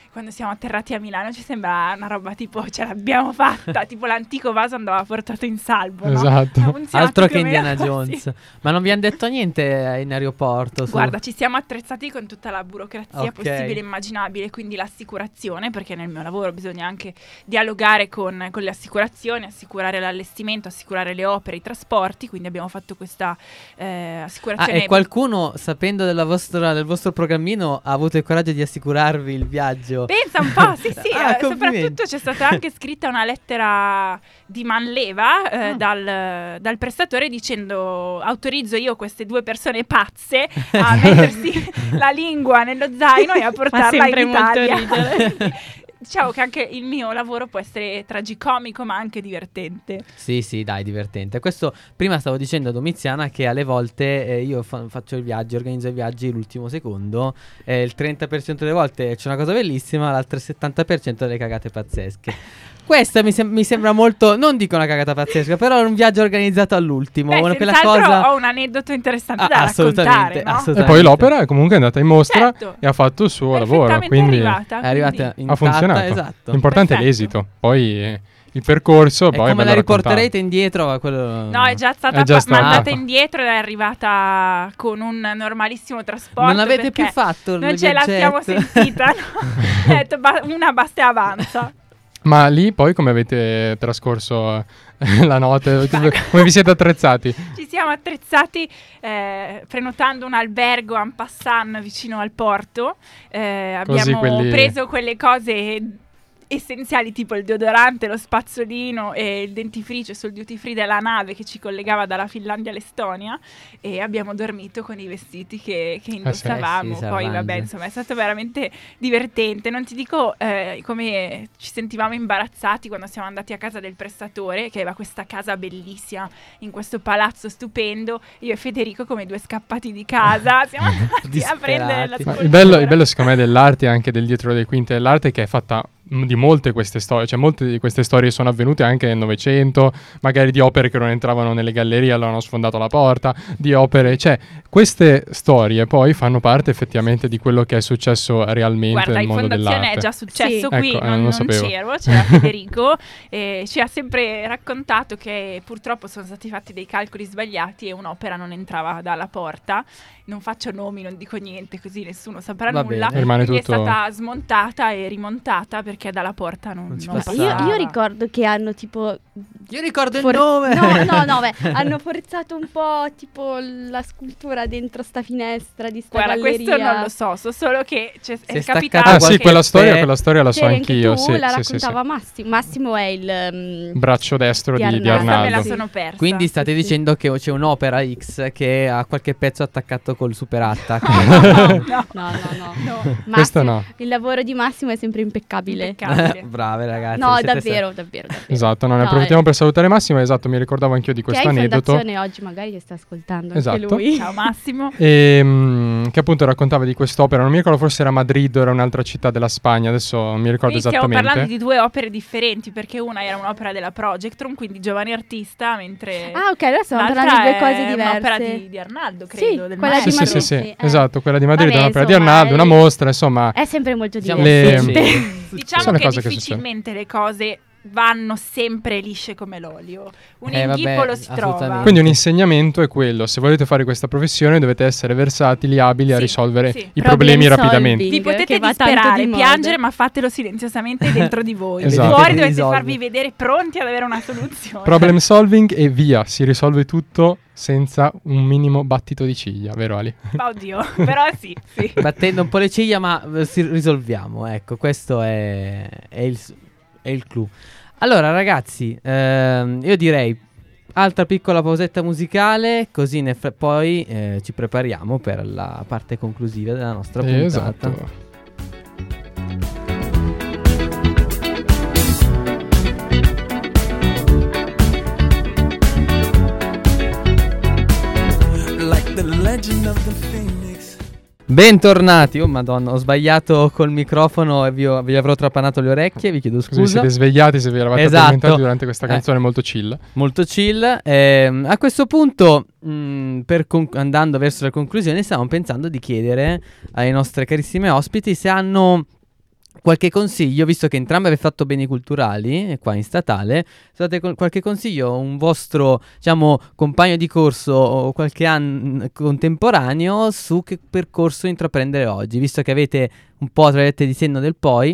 Speaker 4: quando siamo atterrati a Milano ci sembra una roba tipo ce l'abbiamo fatta, tipo l'antico vaso andava portato in salvo, no?
Speaker 5: Esatto.
Speaker 4: Ha funzionato
Speaker 6: Altro
Speaker 4: più
Speaker 6: che
Speaker 4: o meno
Speaker 6: Indiana
Speaker 4: così.
Speaker 6: Jones. Ma non vi hanno detto niente in aeroporto? su-
Speaker 4: Guarda, ci siamo attrezzati con tutta la burocrazia
Speaker 6: Ok.
Speaker 4: possibile e immaginabile, quindi l'assicurazione, perché nel mio lavoro bisogna anche dialogare con, con le assicurazioni, assicurare l'allestimento, assicurare le opere, i trasporti, quindi abbiamo fatto questa eh,
Speaker 6: Ah,
Speaker 4: assicurazione.
Speaker 6: e qualcuno, sapendo della vostra, del vostro programmino, ha avuto il coraggio di assicurarvi il viaggio?
Speaker 4: Pensa un po', sì, sì,
Speaker 6: Ah,
Speaker 4: eh,
Speaker 6: complimenti.
Speaker 4: soprattutto c'è stata anche scritta una lettera di manleva eh,
Speaker 6: Ah.
Speaker 4: dal, dal prestatore dicendo autorizzo io queste due persone pazze a mettersi la lingua nello zaino e a portarla
Speaker 7: sempre
Speaker 4: in
Speaker 7: molto
Speaker 4: Italia.
Speaker 7: ridere.
Speaker 4: Diciamo che anche il mio lavoro può essere tragicomico ma anche divertente.
Speaker 6: Sì, sì, dai, divertente. Questo prima stavo dicendo a Domiziana che alle volte eh, io fa- faccio i viaggi, organizzo i viaggi l'ultimo secondo, e il trenta per cento delle volte c'è una cosa bellissima, l'altro settanta per cento delle cagate pazzesche. Questa mi, sem- mi sembra molto, non dico una cagata pazzesca, però è un viaggio organizzato all'ultimo.
Speaker 4: Beh,
Speaker 6: una- quella
Speaker 4: senz'altro
Speaker 6: cosa...
Speaker 4: ho un aneddoto interessante
Speaker 6: Ah,
Speaker 4: da
Speaker 6: assolutamente,
Speaker 4: raccontare, no?
Speaker 5: E
Speaker 6: assolutamente.
Speaker 5: poi l'opera è comunque andata in mostra
Speaker 4: Certo.
Speaker 5: e ha fatto il suo lavoro,
Speaker 4: Perfettamente
Speaker 5: quindi
Speaker 4: arrivata,
Speaker 6: È arrivata
Speaker 4: quindi-
Speaker 6: intatta,
Speaker 5: ha funzionato.
Speaker 6: esatto.
Speaker 5: L'importante
Speaker 4: Perfetto.
Speaker 5: è l'esito, poi eh, il percorso,
Speaker 6: E
Speaker 5: poi
Speaker 6: come
Speaker 5: ve
Speaker 6: la
Speaker 5: lo
Speaker 6: riporterete
Speaker 5: raccontate.
Speaker 6: indietro? Quello...
Speaker 4: No, è già stata
Speaker 5: È già
Speaker 4: pa-
Speaker 5: stata.
Speaker 4: mandata indietro ed è arrivata con un normalissimo trasporto.
Speaker 6: Non avete
Speaker 4: perché
Speaker 6: più fatto il
Speaker 4: Non ce la siamo
Speaker 6: viaggetto?
Speaker 4: sentita, no? Ho detto ba- una basta e avanza.
Speaker 5: Ma lì poi come avete trascorso eh, la notte? Come vi siete attrezzati?
Speaker 4: Ci siamo attrezzati eh, prenotando un albergo en passant vicino al porto. Eh,
Speaker 5: Così
Speaker 4: abbiamo
Speaker 5: quelli-
Speaker 4: preso quelle cose essenziali tipo il deodorante, lo spazzolino e il dentifricio sul duty free della nave che ci collegava dalla Finlandia all'Estonia, e abbiamo dormito con i vestiti che, che indossavamo.
Speaker 6: Eh sì, si
Speaker 4: Poi vabbè,
Speaker 6: arrangia.
Speaker 4: insomma, è stato veramente divertente. Non ti dico eh, come ci sentivamo imbarazzati quando siamo andati a casa del prestatore, che aveva questa casa bellissima in questo palazzo stupendo. Io e Federico come due scappati di casa siamo andati a prendere la
Speaker 6: Disperati.
Speaker 5: Ma
Speaker 4: scultura.
Speaker 5: il bello, il bello secondo me dell'arte e anche del dietro le quinte dell'arte è che è fatta mh, di molte queste storie, cioè molte di queste storie sono avvenute anche nel Novecento, magari di opere che non entravano nelle gallerie, allora hanno sfondato la porta, di opere, cioè queste storie poi fanno parte effettivamente di quello che è successo realmente
Speaker 4: Guarda,
Speaker 5: nel
Speaker 4: in
Speaker 5: mondo
Speaker 4: fondazione
Speaker 5: dell'arte.
Speaker 4: è già successo
Speaker 7: Sì.
Speaker 4: qui,
Speaker 5: Ecco, eh,
Speaker 4: non,
Speaker 5: non
Speaker 4: non
Speaker 5: sapevo.
Speaker 4: c'ero, c'era Federico e ci ha sempre raccontato che purtroppo sono stati fatti dei calcoli sbagliati e un'opera non entrava dalla porta. Non faccio nomi, non dico niente, così nessuno saprà
Speaker 6: Va
Speaker 4: nulla.
Speaker 6: bene.
Speaker 5: Rimane
Speaker 4: Quindi
Speaker 5: tutto-
Speaker 4: è stata smontata e rimontata perché dalla porta non,
Speaker 6: Non ci
Speaker 4: non
Speaker 6: passa-
Speaker 7: Io,
Speaker 4: passava.
Speaker 7: io ricordo che hanno tipo
Speaker 6: Io ricordo il
Speaker 7: for-
Speaker 6: nome.
Speaker 7: No, no, no, beh, hanno forzato un po' tipo la scultura dentro sta finestra di sta
Speaker 4: Guarda,
Speaker 7: galleria.
Speaker 4: questo non lo so, so solo che c'è,
Speaker 6: Si è
Speaker 4: è
Speaker 6: staccato
Speaker 4: capitato
Speaker 5: Ah
Speaker 6: qualche
Speaker 5: sì, quella storia,
Speaker 6: pe-
Speaker 5: quella storia la so
Speaker 7: C'eri anche
Speaker 5: anch'io,
Speaker 7: tu,
Speaker 5: sì,
Speaker 7: la
Speaker 5: sì, sì, sì.
Speaker 7: raccontava Massimo. Massimo è il um,
Speaker 5: Braccio destro di,
Speaker 7: Di
Speaker 5: di
Speaker 7: Arnaldo.
Speaker 4: Questa me la
Speaker 5: Arnaldo.
Speaker 7: Sì.
Speaker 4: sono persa.
Speaker 6: Quindi state
Speaker 7: Sì, sì.
Speaker 6: dicendo che c'è un'opera X che ha qualche pezzo attaccato col super attack.
Speaker 4: no,
Speaker 7: no, no, no.
Speaker 4: no.
Speaker 5: Questo
Speaker 7: Massimo-
Speaker 5: no.
Speaker 7: Il lavoro di Massimo è sempre impeccabile.
Speaker 4: Impeccabile.
Speaker 6: Brave ragazzi.
Speaker 7: No,
Speaker 6: siete
Speaker 7: davvero, davvero, davvero.
Speaker 5: Esatto, no, ne
Speaker 7: No,
Speaker 5: approfittiamo
Speaker 7: eh.
Speaker 5: per salutare Massimo, esatto, mi ricordavo anch'io di
Speaker 7: Che
Speaker 5: questo
Speaker 7: è in
Speaker 5: aneddoto.
Speaker 7: fondazione oggi, magari che sta ascoltando
Speaker 5: Esatto.
Speaker 7: anche lui.
Speaker 4: Ciao Massimo.
Speaker 5: E, mm, che appunto raccontava di quest'opera, non mi ricordo, forse era Madrid o era un'altra città della Spagna, adesso non mi ricordo
Speaker 4: Qui stiamo
Speaker 5: esattamente.
Speaker 4: parlando di due opere differenti, perché una era un'opera della Projectron, quindi giovane artista, mentre
Speaker 7: Ah, ok, allora stiamo
Speaker 4: l'altra
Speaker 7: parlando di due
Speaker 4: è
Speaker 7: cose diverse.
Speaker 4: un'opera di, di Arnaldo,
Speaker 7: Sì,
Speaker 4: credo, del
Speaker 7: quella
Speaker 5: Sì,
Speaker 7: di
Speaker 5: sì,
Speaker 4: maestro.
Speaker 5: sì, sì,
Speaker 7: Madrid, eh.
Speaker 5: esatto, quella di Madrid
Speaker 7: Vabbè,
Speaker 5: è un'opera di
Speaker 7: insomma,
Speaker 5: Arnaldo, una
Speaker 7: è-
Speaker 5: mostra, insomma.
Speaker 7: È sempre molto
Speaker 5: Le-
Speaker 7: divertente.
Speaker 4: Diciamo
Speaker 5: Sono le
Speaker 4: che
Speaker 5: cose che
Speaker 4: difficilmente le cose vanno sempre lisce come l'olio. Un
Speaker 6: Eh, vabbè,
Speaker 4: inghippo lo si
Speaker 6: assolutamente.
Speaker 4: trova.
Speaker 5: Quindi un insegnamento è quello: se volete fare questa professione dovete essere versatili, abili a
Speaker 4: Sì,
Speaker 5: risolvere
Speaker 4: sì.
Speaker 5: i
Speaker 7: Problem
Speaker 5: problemi
Speaker 7: solving.
Speaker 5: rapidamente.
Speaker 4: Vi potete
Speaker 7: che va tanto
Speaker 4: disperare,
Speaker 7: di moda.
Speaker 4: piangere, ma fatelo silenziosamente dentro di voi.
Speaker 5: Esatto.
Speaker 4: Fuori dovete
Speaker 6: Risolve.
Speaker 4: farvi vedere pronti ad avere una soluzione.
Speaker 5: Problem solving e via, si risolve tutto senza un minimo battito di ciglia, vero Ali?
Speaker 4: Ma oddio, però sì, sì.
Speaker 6: Battendo un po' le ciglia, ma eh, si risolviamo. Ecco, questo è, è il, s- è il clou. Allora, ragazzi, ehm, io direi altra piccola pausetta musicale, così ne fre- poi eh, ci prepariamo per la parte conclusiva della nostra puntata.
Speaker 5: Esatto.
Speaker 9: Like the legend of the phoenix.
Speaker 6: Bentornati. Oh madonna, ho sbagliato col microfono e vi, ho- vi avrò trapanato le orecchie, vi chiedo
Speaker 5: Così
Speaker 6: scusa.
Speaker 5: siete svegliati se vi eravate
Speaker 6: Esatto.
Speaker 5: addormentati durante questa
Speaker 6: Eh.
Speaker 5: canzone molto chill.
Speaker 6: Molto chill. Ehm, a questo punto, mh, per con- andando verso la conclusione, stavamo pensando di chiedere alle nostre carissime ospiti se hanno qualche consiglio, visto che entrambi avete fatto beni culturali, e qua in statale, se avete con- qualche consiglio, un vostro, diciamo, compagno di corso o qualche anno contemporaneo su che percorso intraprendere oggi, visto che avete un po', tra virgolette, di senno del poi.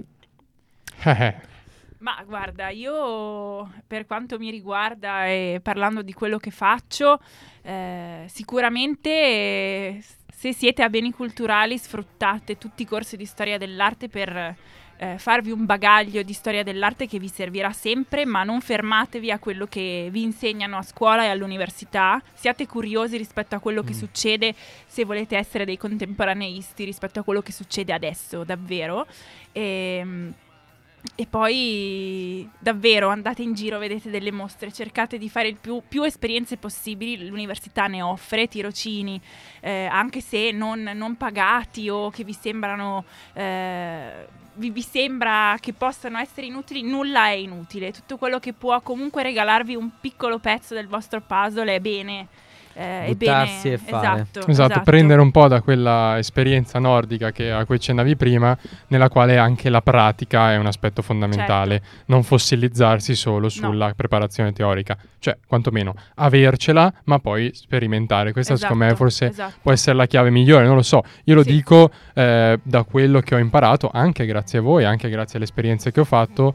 Speaker 4: Ma guarda, io per quanto mi riguarda e parlando di quello che faccio, eh, sicuramente eh, se siete a beni culturali sfruttate tutti i corsi di storia dell'arte per eh, farvi un bagaglio di storia dell'arte che vi servirà sempre, ma non fermatevi a quello che vi insegnano a scuola e all'università. Siate curiosi rispetto a quello che succede se volete essere dei contemporaneisti rispetto a quello che succede adesso, davvero. E, E poi davvero andate in giro, vedete delle mostre, cercate di fare il più, più esperienze possibili, l'università ne offre, tirocini, eh, anche se non, non pagati o che vi sembrano, eh, vi, vi sembra che possano essere inutili, nulla è inutile, tutto quello che può comunque regalarvi un piccolo pezzo del vostro puzzle è bene. Eh,
Speaker 6: Buttarsi
Speaker 4: bene,
Speaker 6: e fare.
Speaker 4: esatto,
Speaker 5: Esatto,
Speaker 4: esatto.
Speaker 5: prendere un po' da quella esperienza nordica che, a cui accennavi prima, nella quale anche la pratica è un aspetto fondamentale,
Speaker 4: Certo.
Speaker 5: non fossilizzarsi solo sulla preparazione teorica, cioè quantomeno avercela ma poi sperimentare. Questa
Speaker 4: Esatto,
Speaker 5: secondo me forse
Speaker 4: esatto.
Speaker 5: può essere la chiave migliore, non lo so, io lo
Speaker 4: Sì.
Speaker 5: dico eh, da quello che ho imparato, anche grazie a voi, anche grazie alle esperienze che ho fatto,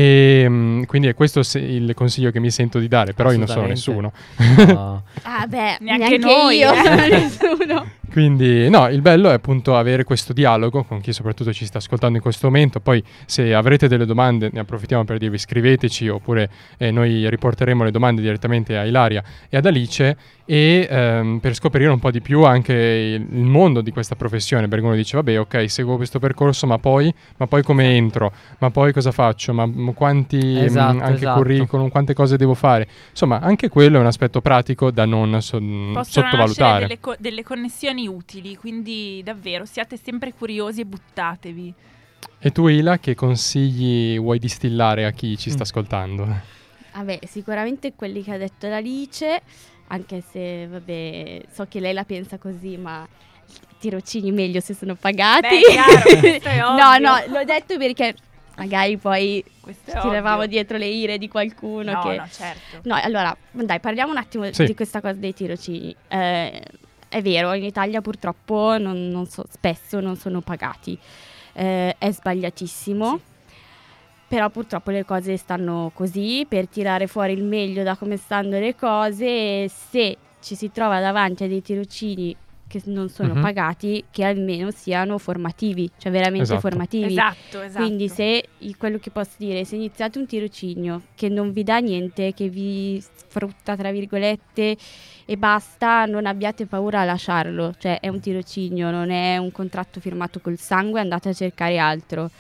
Speaker 5: e mh, quindi è questo se- il consiglio che mi sento di dare, però io non sono nessuno.
Speaker 6: Assolutamente. No.
Speaker 7: Ah beh,
Speaker 4: Neanche
Speaker 7: neanche,
Speaker 4: noi,
Speaker 7: io,
Speaker 4: eh.
Speaker 7: nessuno.
Speaker 5: Quindi no, il bello è appunto avere questo dialogo con chi soprattutto ci sta ascoltando in questo momento. Poi se avrete delle domande ne approfittiamo per dirvi scriveteci, oppure eh, noi riporteremo le domande direttamente a Ilaria e ad Alice, e ehm, per scoprire un po' di più anche il, il mondo di questa professione, perché uno dice vabbè, ok, seguo questo percorso, ma poi, ma poi come entro, ma poi cosa faccio, ma m- quanti
Speaker 6: Esatto,
Speaker 5: mh, anche
Speaker 6: esatto.
Speaker 5: curriculum, quante cose devo fare, insomma anche quello è un aspetto pratico da non so-
Speaker 4: Possono
Speaker 5: sottovalutare.
Speaker 4: nascere delle, co- delle connessioni utili, quindi davvero siate sempre curiosi e buttatevi.
Speaker 5: E tu Ila, che consigli vuoi distillare a chi ci sta
Speaker 6: Mm.
Speaker 5: ascoltando?
Speaker 7: Vabbè, sicuramente quelli che ha detto l'Alice, anche se, vabbè, so che lei la pensa così, ma tirocini meglio se sono pagati.
Speaker 4: Beh, chiaro, questo è
Speaker 7: No,
Speaker 4: ovvio.
Speaker 7: no, l'ho detto perché magari poi
Speaker 4: Questo
Speaker 7: ci
Speaker 4: è
Speaker 7: tiravamo
Speaker 4: ovvio.
Speaker 7: dietro le ire di qualcuno
Speaker 4: No,
Speaker 7: che...
Speaker 4: no, certo.
Speaker 7: No, allora, dai, parliamo un attimo
Speaker 5: Sì.
Speaker 7: di questa cosa dei tirocini. Eh, è vero, in Italia purtroppo non, non so, spesso non sono pagati. Eh, è sbagliatissimo.
Speaker 4: Sì.
Speaker 7: Però purtroppo le cose stanno così, per tirare fuori il meglio da come stanno le cose, se ci si trova davanti a dei tirocini che non sono
Speaker 5: Mhm.
Speaker 7: pagati, che almeno siano formativi, cioè veramente
Speaker 5: Esatto.
Speaker 7: formativi.
Speaker 4: Esatto, esatto.
Speaker 7: Quindi se i- quello che posso dire, se iniziate un tirocinio che non vi dà niente, che vi sfrutta tra virgolette e basta, non abbiate paura a lasciarlo, cioè è un tirocinio, non è un contratto firmato col sangue, andate a cercare altro.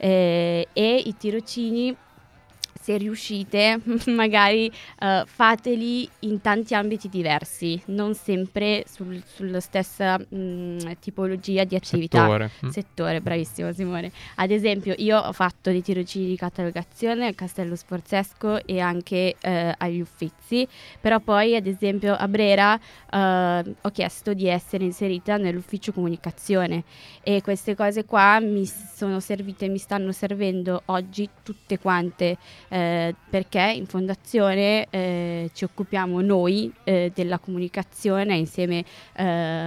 Speaker 7: Eh, e i tirocini, se riuscite, magari eh, fateli in tanti ambiti diversi, non sempre sul- sulla stessa mh, tipologia di attività.
Speaker 5: Settore. Mm.
Speaker 7: Settore, bravissimo Simone. Ad esempio, io ho fatto dei tirocini di catalogazione al Castello Sforzesco e anche eh, agli Uffizi, però poi ad esempio a Brera eh, ho chiesto di essere inserita nell'ufficio comunicazione, e queste cose qua mi sono servite, mi stanno servendo oggi tutte quante, eh, perché in fondazione eh, ci occupiamo noi eh, della comunicazione insieme eh,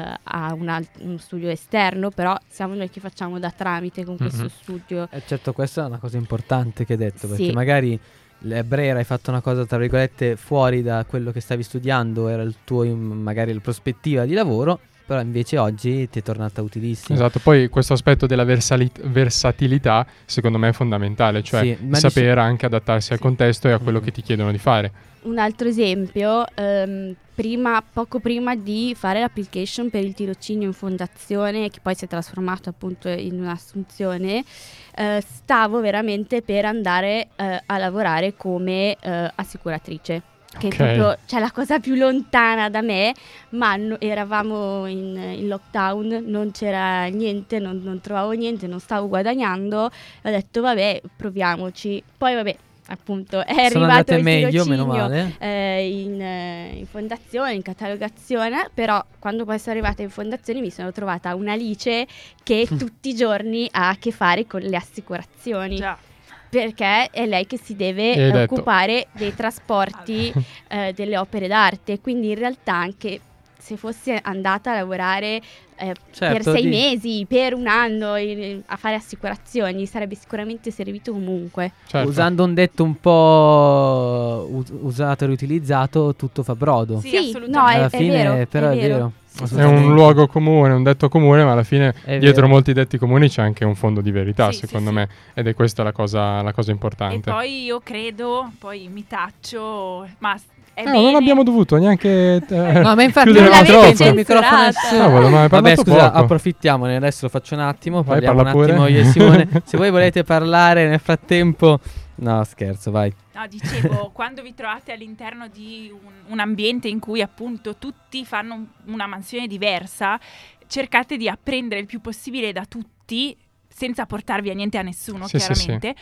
Speaker 7: a un alt- uno studio esterno, però siamo noi che facciamo da tramite con questo
Speaker 5: Mhm.
Speaker 7: studio.
Speaker 6: Eh, certo, questa è una cosa importante che hai detto, perché
Speaker 7: Sì.
Speaker 6: magari a Brera hai fatto una cosa tra virgolette fuori da quello che stavi studiando, era il tuo im- magari la prospettiva di lavoro, però invece oggi ti è tornata utilissima.
Speaker 5: Esatto, poi questo aspetto della versali- versatilità secondo me è fondamentale, cioè
Speaker 6: Sì,
Speaker 5: di
Speaker 6: ma
Speaker 5: saper
Speaker 6: dici-
Speaker 5: anche adattarsi al
Speaker 6: Sì.
Speaker 5: contesto e a quello
Speaker 6: Mhm.
Speaker 5: che ti chiedono di fare.
Speaker 7: Un altro esempio, ehm, prima, poco prima di fare l'application per il tirocinio in fondazione, che poi si è trasformato appunto in un'assunzione, eh, stavo veramente per andare eh, a lavorare come eh, assicuratrice, che
Speaker 5: Ok.
Speaker 7: è proprio, cioè, la cosa più lontana da me, ma no- eravamo in, in lockdown, non c'era niente, non, non trovavo niente, non stavo guadagnando, ho detto vabbè, proviamoci. Poi vabbè, appunto è
Speaker 6: Sono
Speaker 7: arrivato
Speaker 6: andate
Speaker 7: il
Speaker 6: meglio,
Speaker 7: tirocinio
Speaker 6: meno male.
Speaker 7: eh, in, eh, in fondazione, in catalogazione, però quando poi sono arrivata in fondazione mi sono trovata un'Alice che tutti i giorni ha a che fare con le assicurazioni.
Speaker 4: Già.
Speaker 7: Perché è lei che si deve
Speaker 5: E hai detto-
Speaker 7: occupare dei trasporti eh, delle opere d'arte, quindi in realtà anche se fosse andata a lavorare eh,
Speaker 6: Certo,
Speaker 7: per sei
Speaker 6: di-
Speaker 7: mesi, per un anno in- a fare assicurazioni, sarebbe sicuramente servito comunque.
Speaker 5: Certo.
Speaker 6: Usando un detto un po' us- usato e riutilizzato, tutto fa brodo.
Speaker 4: Sì,
Speaker 7: Sì,
Speaker 4: assolutamente.
Speaker 7: no, è,
Speaker 6: Alla
Speaker 7: è
Speaker 6: fine,
Speaker 7: vero,
Speaker 6: però
Speaker 7: è
Speaker 6: è
Speaker 7: vero.
Speaker 6: vero.
Speaker 5: È
Speaker 6: Assolutamente.
Speaker 5: un luogo comune, un detto comune, ma alla fine
Speaker 6: È
Speaker 5: dietro
Speaker 6: vero.
Speaker 5: molti detti comuni c'è anche un fondo di verità,
Speaker 4: Sì,
Speaker 5: secondo
Speaker 4: sì,
Speaker 5: me, ed è questa la cosa, la cosa
Speaker 4: E
Speaker 5: importante.
Speaker 4: poi io credo, poi mi taccio, ma è
Speaker 5: No,
Speaker 4: bene.
Speaker 5: non abbiamo dovuto neanche eh,
Speaker 6: No, ma infatti
Speaker 5: chiudere
Speaker 7: non
Speaker 5: il
Speaker 7: l'avete
Speaker 5: microfono.
Speaker 6: il microfono è
Speaker 7: censurata.
Speaker 6: suo.
Speaker 5: Cavolo, ma hai
Speaker 6: Vabbè,
Speaker 5: parlato
Speaker 6: scusa,
Speaker 5: poco.
Speaker 6: approfittiamone, adesso lo faccio un attimo,
Speaker 5: Vai,
Speaker 6: parliamo
Speaker 5: parla
Speaker 6: un attimo
Speaker 5: pure.
Speaker 6: io e Simone. Se voi volete parlare nel frattempo... No, scherzo, vai.
Speaker 4: No, dicevo, quando vi trovate all'interno di un, un ambiente in cui appunto tutti fanno un- una mansione diversa, cercate di apprendere il più possibile da tutti, senza portarvi a niente a nessuno,
Speaker 5: Sì, sì,
Speaker 4: chiaramente,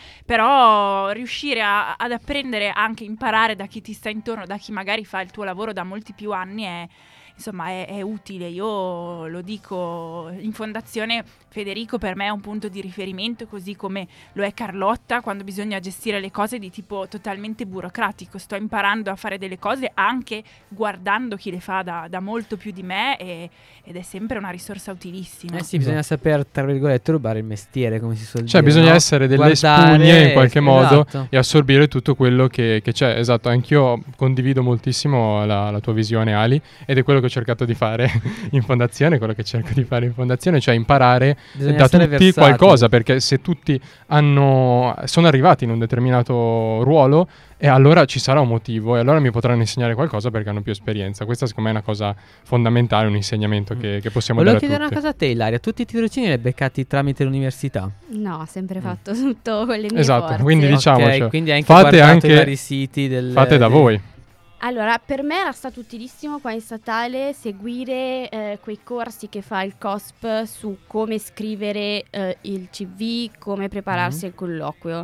Speaker 4: però riuscire a- ad apprendere, anche imparare da chi ti sta intorno, da chi magari fa il tuo lavoro da molti più anni è... Insomma, è, è utile. Io lo dico in fondazione, Federico per me è un punto di riferimento, così come lo è Carlotta quando bisogna gestire le cose di tipo totalmente burocratico. Sto imparando a fare delle cose anche guardando chi le fa da, da molto più di me e- ed è sempre una risorsa utilissima.
Speaker 6: Eh sì, bisogna saper, tra virgolette, rubare il mestiere, come si suol
Speaker 5: Cioè
Speaker 6: dire,
Speaker 5: bisogna
Speaker 6: no?
Speaker 5: essere delle
Speaker 6: Guardare,
Speaker 5: spugne in qualche modo
Speaker 6: esatto.
Speaker 5: e assorbire tutto quello che, che c'è. Esatto, anch'io condivido moltissimo la, la tua visione, Ali, ed è quello che ho cercato di fare in fondazione, quello che cerco di fare in fondazione, cioè imparare
Speaker 6: Bisogna
Speaker 5: da
Speaker 6: essere
Speaker 5: tutti
Speaker 6: versatili.
Speaker 5: qualcosa, perché se tutti hanno, sono arrivati in un determinato ruolo, e allora ci sarà un motivo, e allora mi potranno insegnare qualcosa perché hanno più esperienza. Questa secondo me è una cosa fondamentale, un insegnamento che, che possiamo
Speaker 6: Volevo
Speaker 5: dare a
Speaker 6: chiedere una
Speaker 5: tutti.
Speaker 6: cosa a te, Ilaria. Tutti i tirocini li hai beccati tramite l'università?
Speaker 7: No, ho sempre fatto tutto con le mie
Speaker 5: Esatto,
Speaker 7: forze.
Speaker 5: quindi diciamo,
Speaker 6: Ok,
Speaker 5: cioè,
Speaker 6: quindi hai anche
Speaker 5: fate
Speaker 6: guardato
Speaker 5: anche-
Speaker 6: i vari siti del...
Speaker 5: Fate da
Speaker 6: del-
Speaker 5: voi.
Speaker 7: Allora, per me era stato utilissimo qua in statale seguire eh, quei corsi che fa il C O S P su come scrivere eh, il C V, come prepararsi al colloquio.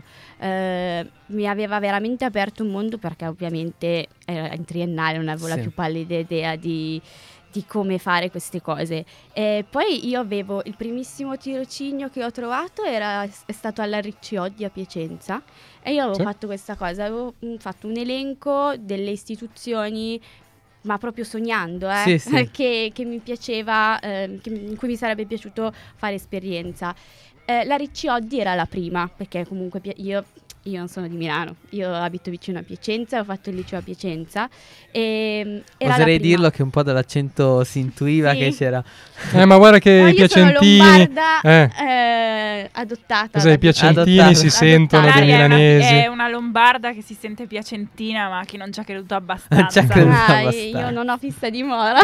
Speaker 7: Eh, mi aveva veramente aperto un mondo perché ovviamente era in triennale, non avevo
Speaker 6: Sì.
Speaker 7: la più pallida idea di, di come fare queste cose. E poi io avevo il primissimo tirocinio che ho trovato era, è stato alla Ricci Oddi a Piacenza. E io avevo
Speaker 5: Sì.
Speaker 7: fatto questa cosa, avevo mm, fatto un elenco delle istituzioni, ma proprio sognando, eh,
Speaker 6: Sì, sì.
Speaker 7: che, che mi piaceva, ehm, che- in cui mi sarebbe piaciuto fare esperienza. Eh, la Ricci Oddi era la prima, perché comunque Pia- io, io non sono di Milano, io abito vicino a Piacenza, ho fatto il liceo a Piacenza. E, mm, era la
Speaker 6: Oserei
Speaker 7: prima.
Speaker 6: dirlo che un po' dall'accento si intuiva
Speaker 7: Sì.
Speaker 6: che c'era...
Speaker 5: Eh, ma guarda che
Speaker 7: No,
Speaker 5: i
Speaker 7: io sono
Speaker 5: piacentini,
Speaker 7: lombarda,
Speaker 5: eh,
Speaker 7: eh, adottata.
Speaker 5: cosa, i
Speaker 7: da-
Speaker 5: piacentini
Speaker 6: Adottata.
Speaker 5: si sentono
Speaker 7: Adottata.
Speaker 5: dei
Speaker 4: Ilaria è una-
Speaker 5: milanesi.
Speaker 4: È una lombarda che si sente piacentina, ma che non ci ha creduto abbastanza.
Speaker 6: Ci ha creduto.
Speaker 7: Ah,
Speaker 6: abbastanza.
Speaker 7: io non ho fissa dimora.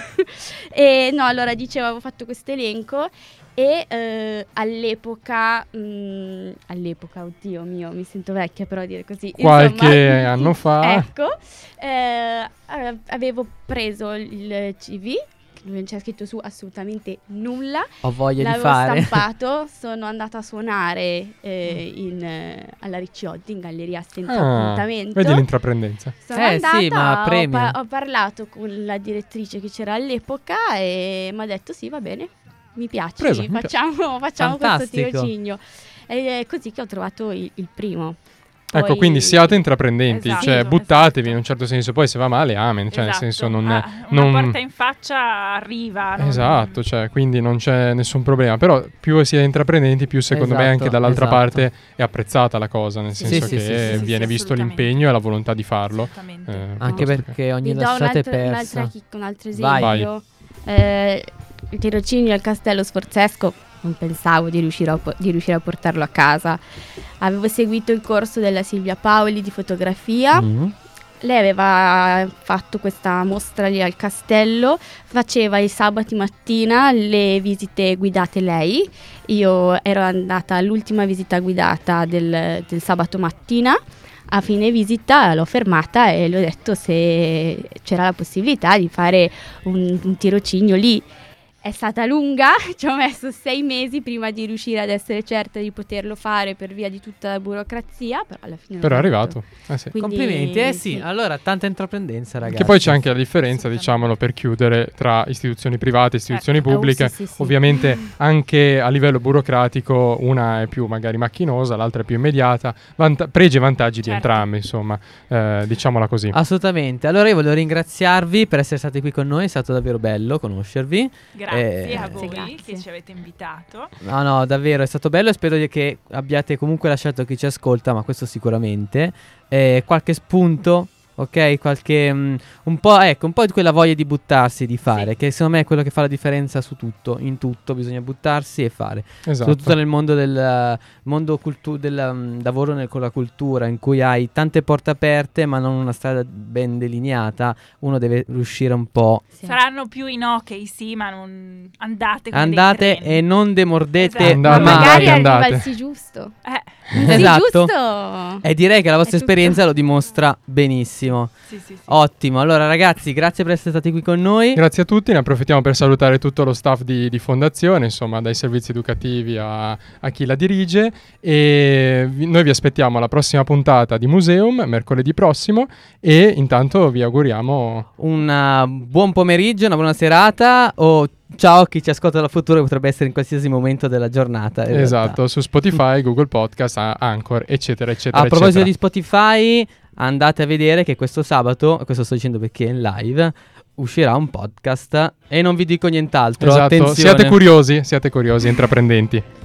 Speaker 7: E no, allora dicevo, avevo fatto questo elenco e eh, all'epoca, mh, all'epoca, oddio mio, mi sento vecchia però a dire così.
Speaker 5: Qualche
Speaker 7: insomma,
Speaker 5: anno fa.
Speaker 7: Ecco, eh, avevo preso il C V, che non c'è scritto su assolutamente nulla.
Speaker 6: Ho voglia di
Speaker 7: L'avevo
Speaker 6: fare.
Speaker 7: stampato, sono andata a suonare eh, in, eh, alla Ricci Oddi in galleria senza
Speaker 5: Ah,
Speaker 7: appuntamento.
Speaker 5: vedi l'intraprendenza.
Speaker 7: Sono
Speaker 6: Eh,
Speaker 7: andata,
Speaker 6: sì, ma
Speaker 7: ho,
Speaker 6: premio.
Speaker 7: pa- ho parlato con la direttrice che c'era all'epoca e mi ha detto sì, va bene, mi piace,
Speaker 5: Presa, mi
Speaker 7: facciamo, facciamo questo
Speaker 6: Fantastico.
Speaker 7: tirocinio. Ed è così che ho trovato il, il primo.
Speaker 5: Ecco,
Speaker 7: Poi-
Speaker 5: quindi siate intraprendenti,
Speaker 4: Esatto,
Speaker 5: cioè buttatevi
Speaker 4: esatto.
Speaker 5: in un certo senso, poi se va male, amen, cioè
Speaker 4: Esatto.
Speaker 5: nel senso non...
Speaker 4: Ah,
Speaker 5: non-
Speaker 4: una porta in faccia arriva. non-
Speaker 5: Esatto, cioè quindi non c'è nessun problema, però più si è intraprendenti più secondo me
Speaker 6: Esatto,
Speaker 5: anche dall'altra
Speaker 6: esatto.
Speaker 5: parte è apprezzata la cosa, nel
Speaker 7: Sì,
Speaker 5: senso
Speaker 6: sì,
Speaker 5: che
Speaker 6: sì, sì, sì,
Speaker 5: viene
Speaker 4: sì,
Speaker 5: visto
Speaker 4: assolutamente.
Speaker 5: l'impegno e la volontà di farlo.
Speaker 4: Esattamente.
Speaker 5: Eh,
Speaker 6: Anche
Speaker 5: piuttosto
Speaker 6: perché ogni
Speaker 7: Vi do
Speaker 6: lasciata è
Speaker 7: un'altra, un'altra
Speaker 6: persa.
Speaker 7: chicca, un altro
Speaker 6: Vai.
Speaker 7: esempio. Eh, il tirocinio al Castello Sforzesco, non pensavo di riuscire, a, po- di riuscire a portarlo a casa. Avevo seguito il corso della Silvia Paoli di fotografia.
Speaker 6: Mm.
Speaker 7: Lei aveva fatto questa mostra lì al castello, faceva i sabati mattina le visite guidate lei. Io ero andata all'ultima visita guidata del, del sabato mattina. A fine visita l'ho fermata e le ho detto se c'era la possibilità di fare un, un tirocinio lì. È stata lunga, ci ho messo sei mesi prima di riuscire ad essere certa di poterlo fare per via di tutta la burocrazia, però alla fine
Speaker 5: Però è
Speaker 7: l'ho
Speaker 5: arrivato.
Speaker 7: fatto.
Speaker 5: Eh sì.
Speaker 7: Quindi,
Speaker 6: Complimenti, eh sì.
Speaker 7: sì.
Speaker 6: Allora, tanta intraprendenza, ragazzi.
Speaker 5: Che poi c'è anche la differenza, diciamolo, per chiudere tra istituzioni private e istituzioni
Speaker 7: Certo.
Speaker 5: pubbliche.
Speaker 7: Oh, sì, sì, sì.
Speaker 5: Ovviamente anche a livello burocratico una è più magari macchinosa, l'altra è più immediata. Vanta- pregi e vantaggi di
Speaker 4: Certo.
Speaker 5: entrambi, insomma, eh, diciamola così.
Speaker 6: Assolutamente. Allora io volevo ringraziarvi per essere stati qui con noi, è stato davvero bello conoscervi.
Speaker 4: Grazie
Speaker 6: Eh,
Speaker 4: a voi
Speaker 7: grazie.
Speaker 4: che ci avete invitato.
Speaker 6: No, no, davvero è stato bello e spero di- che abbiate comunque lasciato chi ci ascolta, ma questo sicuramente, eh, qualche spunto, ok? Qualche, mm, un po', ecco, un po' di quella voglia di buttarsi, di fare,
Speaker 4: Sì.
Speaker 6: che secondo me è quello che fa la differenza su tutto, in tutto, bisogna buttarsi e fare.
Speaker 5: Esatto.
Speaker 6: Soprattutto nel mondo del uh, mondo cultu- del um, lavoro nel- con la cultura, in cui hai tante porte aperte ma non una strada ben delineata, uno deve riuscire un po'.
Speaker 7: Sì.
Speaker 4: Saranno più in ok, sì, ma non andate come
Speaker 6: Andate
Speaker 4: dei treni.
Speaker 6: e non demordete
Speaker 4: Esatto.
Speaker 7: Ma
Speaker 5: Andate,
Speaker 6: mai.
Speaker 7: magari
Speaker 5: andate,
Speaker 7: arriva
Speaker 5: andate.
Speaker 7: il sì giusto.
Speaker 4: Eh,
Speaker 7: Il sì
Speaker 6: Esatto.
Speaker 7: giusto.
Speaker 6: E direi che la vostra
Speaker 7: È tutto.
Speaker 6: esperienza lo dimostra benissimo.
Speaker 4: sì, sì, sì.
Speaker 6: Ottimo, allora ragazzi, grazie per essere stati qui con noi.
Speaker 5: Grazie a tutti, ne approfittiamo per salutare tutto lo staff di, di Fondazione, insomma dai servizi educativi a, a chi la dirige, e vi- noi vi aspettiamo alla prossima puntata di Museum, mercoledì prossimo, e intanto vi auguriamo...
Speaker 6: Un uh, buon pomeriggio, una buona serata o ciao a chi ci ascolta dal futuro, che potrebbe essere in qualsiasi momento della giornata. in realtà.
Speaker 5: Esatto, su Spotify, Google Podcast, a- Anchor, eccetera, eccetera.
Speaker 6: A proposito
Speaker 5: eccetera.
Speaker 6: di Spotify, andate a vedere che questo sabato, questo sto dicendo perché è in live, uscirà un podcast e non vi dico nient'altro.
Speaker 5: Esatto,
Speaker 6: Attenzione.
Speaker 5: siate curiosi, siate curiosi, intraprendenti.